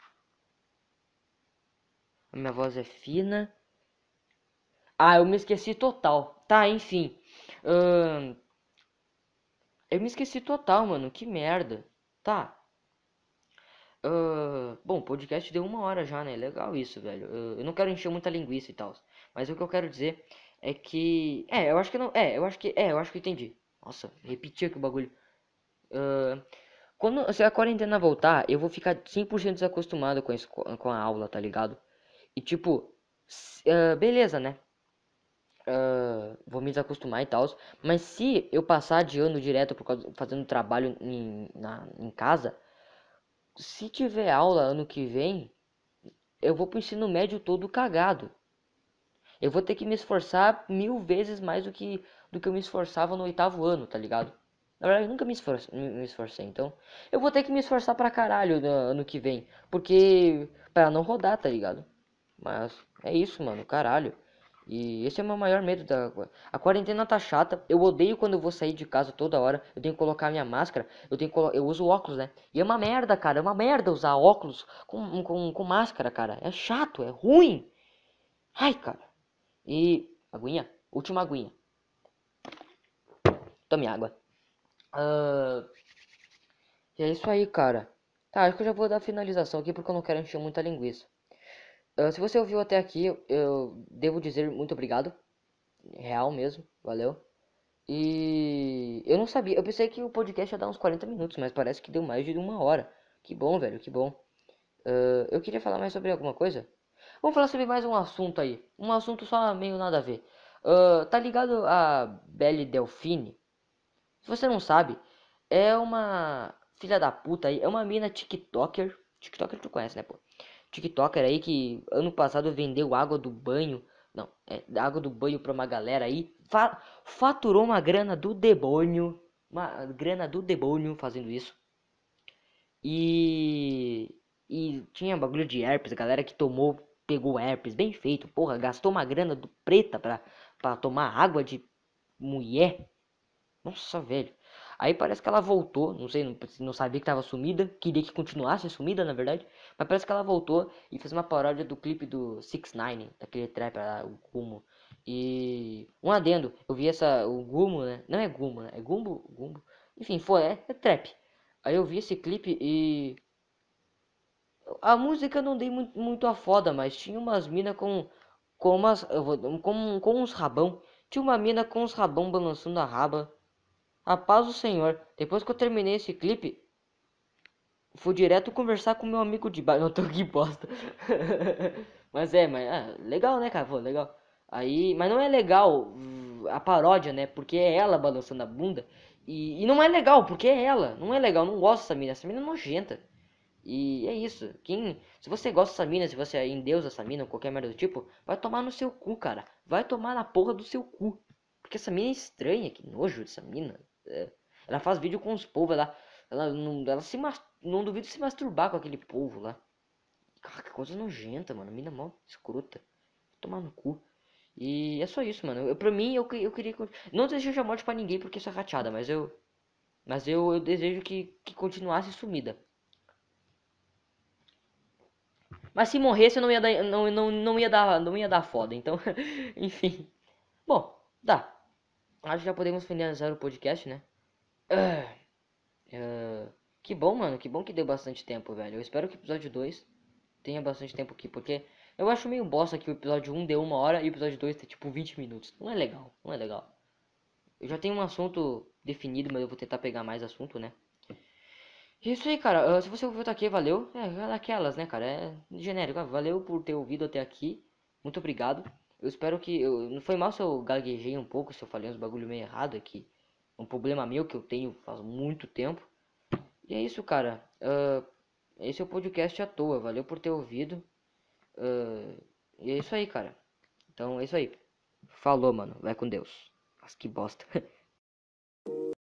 A minha voz é fina. Ah, eu me esqueci total. Tá, enfim. Ahn, eu me esqueci total, mano. Que merda. Tá. Ah, bom, o podcast deu uma hora já, né? Legal isso, velho. Ah, eu não quero encher muita linguiça e tal. Mas o que eu quero dizer é que. É, eu acho que não. É, eu acho que. É, eu acho que eu entendi. Nossa, repeti aqui o bagulho. Ah, quando se a quarentena voltar, eu vou ficar cem por cento desacostumado com a, esco- com a aula, tá ligado? E tipo, s- ah, beleza, né? Ah, vou me desacostumar e tal. Mas se eu passar de ano direto por causa, fazendo trabalho em, na, em casa, se tiver aula ano que vem, eu vou pro ensino médio todo cagado. Eu vou ter que me esforçar mil vezes mais do que, do que eu me esforçava no oitavo ano, tá ligado? Na verdade, eu nunca me, esforce, me, me esforcei, então eu vou ter que me esforçar pra caralho no ano que vem, porque pra não rodar, tá ligado? Mas é isso, mano, caralho. E esse é o meu maior medo da. A quarentena tá chata. Eu odeio quando eu vou sair de casa toda hora. Eu tenho que colocar minha máscara. Eu tenho que colo... Eu uso óculos, né? E é uma merda, cara. É uma merda usar óculos com, com, com máscara, cara. É chato, é ruim. Ai, cara. E. Aguinha? Última aguinha. Tome água. Ah, e é isso aí, cara. Tá, acho que eu já vou dar finalização aqui porque eu não quero encher muita linguiça. Ah, se você ouviu até aqui, eu, eu devo dizer muito obrigado. Real mesmo, valeu. E eu não sabia, eu pensei que o podcast ia dar uns quarenta minutos, mas parece que deu mais de uma hora. Que bom, velho, que bom. Ah, eu queria falar mais sobre alguma coisa. Vamos falar sobre mais um assunto aí. Um assunto só meio nada a ver. Ah, tá ligado a Belle Delfine? Se você não sabe, é uma filha da puta aí, é uma mina TikToker. TikToker tu conhece, né, pô? TikToker aí que ano passado vendeu água do banho. Não, é água do banho pra uma galera aí. Fa faturou uma grana do demônio. Uma grana do demônio fazendo isso. E. E tinha bagulho de herpes, a galera que tomou, pegou herpes, bem feito, porra, gastou uma grana do preta pra, pra tomar água de mulher. Nossa, velho. Aí parece que ela voltou, não sei, não, não sabia que tava sumida, queria que continuasse sumida, na verdade, mas parece que ela voltou e fez uma paródia do clipe do six ix daquele trapper lá, o Gumo. E um adendo, eu vi essa, o Gumo, né? Não é Gumo, né? É Gumbo, Gumbo. Enfim, foi, é, é trap. Aí eu vi esse clipe e a música não dei muito, muito a foda, mas tinha umas mina com com umas, eu vou, com, com uns rabão. Tinha uma mina com uns rabão balançando a raba. A paz do Senhor. Depois que eu terminei esse clipe, fui direto conversar com meu amigo de baixo. Não tô que bosta. Mas é, mas ah, legal, né, cara? Pô, legal. Aí, mas não é legal hum, a paródia, né? Porque é ela balançando a bunda. E, e não é legal, porque é ela. Não é legal, não gosto dessa mina. Essa mina é nojenta. E é isso. Quem, se você gosta dessa mina, se você é em Deus essa mina, ou qualquer merda do tipo, vai tomar no seu cu, cara. Vai tomar na porra do seu cu. Porque essa mina é estranha, que nojo dessa mina. É. Ela faz vídeo com os povos lá. Ela não, ela se mas, não duvido se masturbar com aquele povo lá. Ah, que coisa nojenta, mano. Mina mó escrota. Tomar no cu. E é só isso, mano. Eu, pra mim, eu, eu queria. Não desejo a morte pra ninguém porque isso é rateada, mas eu. Mas eu, eu desejo que, que continuasse sumida. Mas se morresse, eu não ia dar, não, não, não ia dar, não ia dar foda. Então, enfim. Bom, dá. acho que já podemos finalizar o podcast, né? Ah, ah, que bom, mano. Que bom que deu bastante tempo, velho. Eu espero que o episódio dois tenha bastante tempo aqui, porque eu acho meio bosta que o episódio um deu uma hora e o episódio dois tem tipo vinte minutos. Não é legal, não é legal. Eu já tenho um assunto definido, mas eu vou tentar pegar mais assunto, né? E é isso aí, cara. Ah, se você ouviu até aqui, valeu. É, é daquelas, né, cara? É genérico. Ah, valeu por ter ouvido até aqui. Muito obrigado. Eu espero que. Eu, não foi mal se eu gaguejei um pouco, se eu falei uns bagulho meio errado aqui. É um problema meu que eu tenho faz muito tempo. E é isso, cara. Ah, esse é o podcast à toa. Valeu por ter ouvido. Ah, e é isso aí, cara. Então é isso aí. Falou, mano. Vai com Deus. Nossa, que bosta.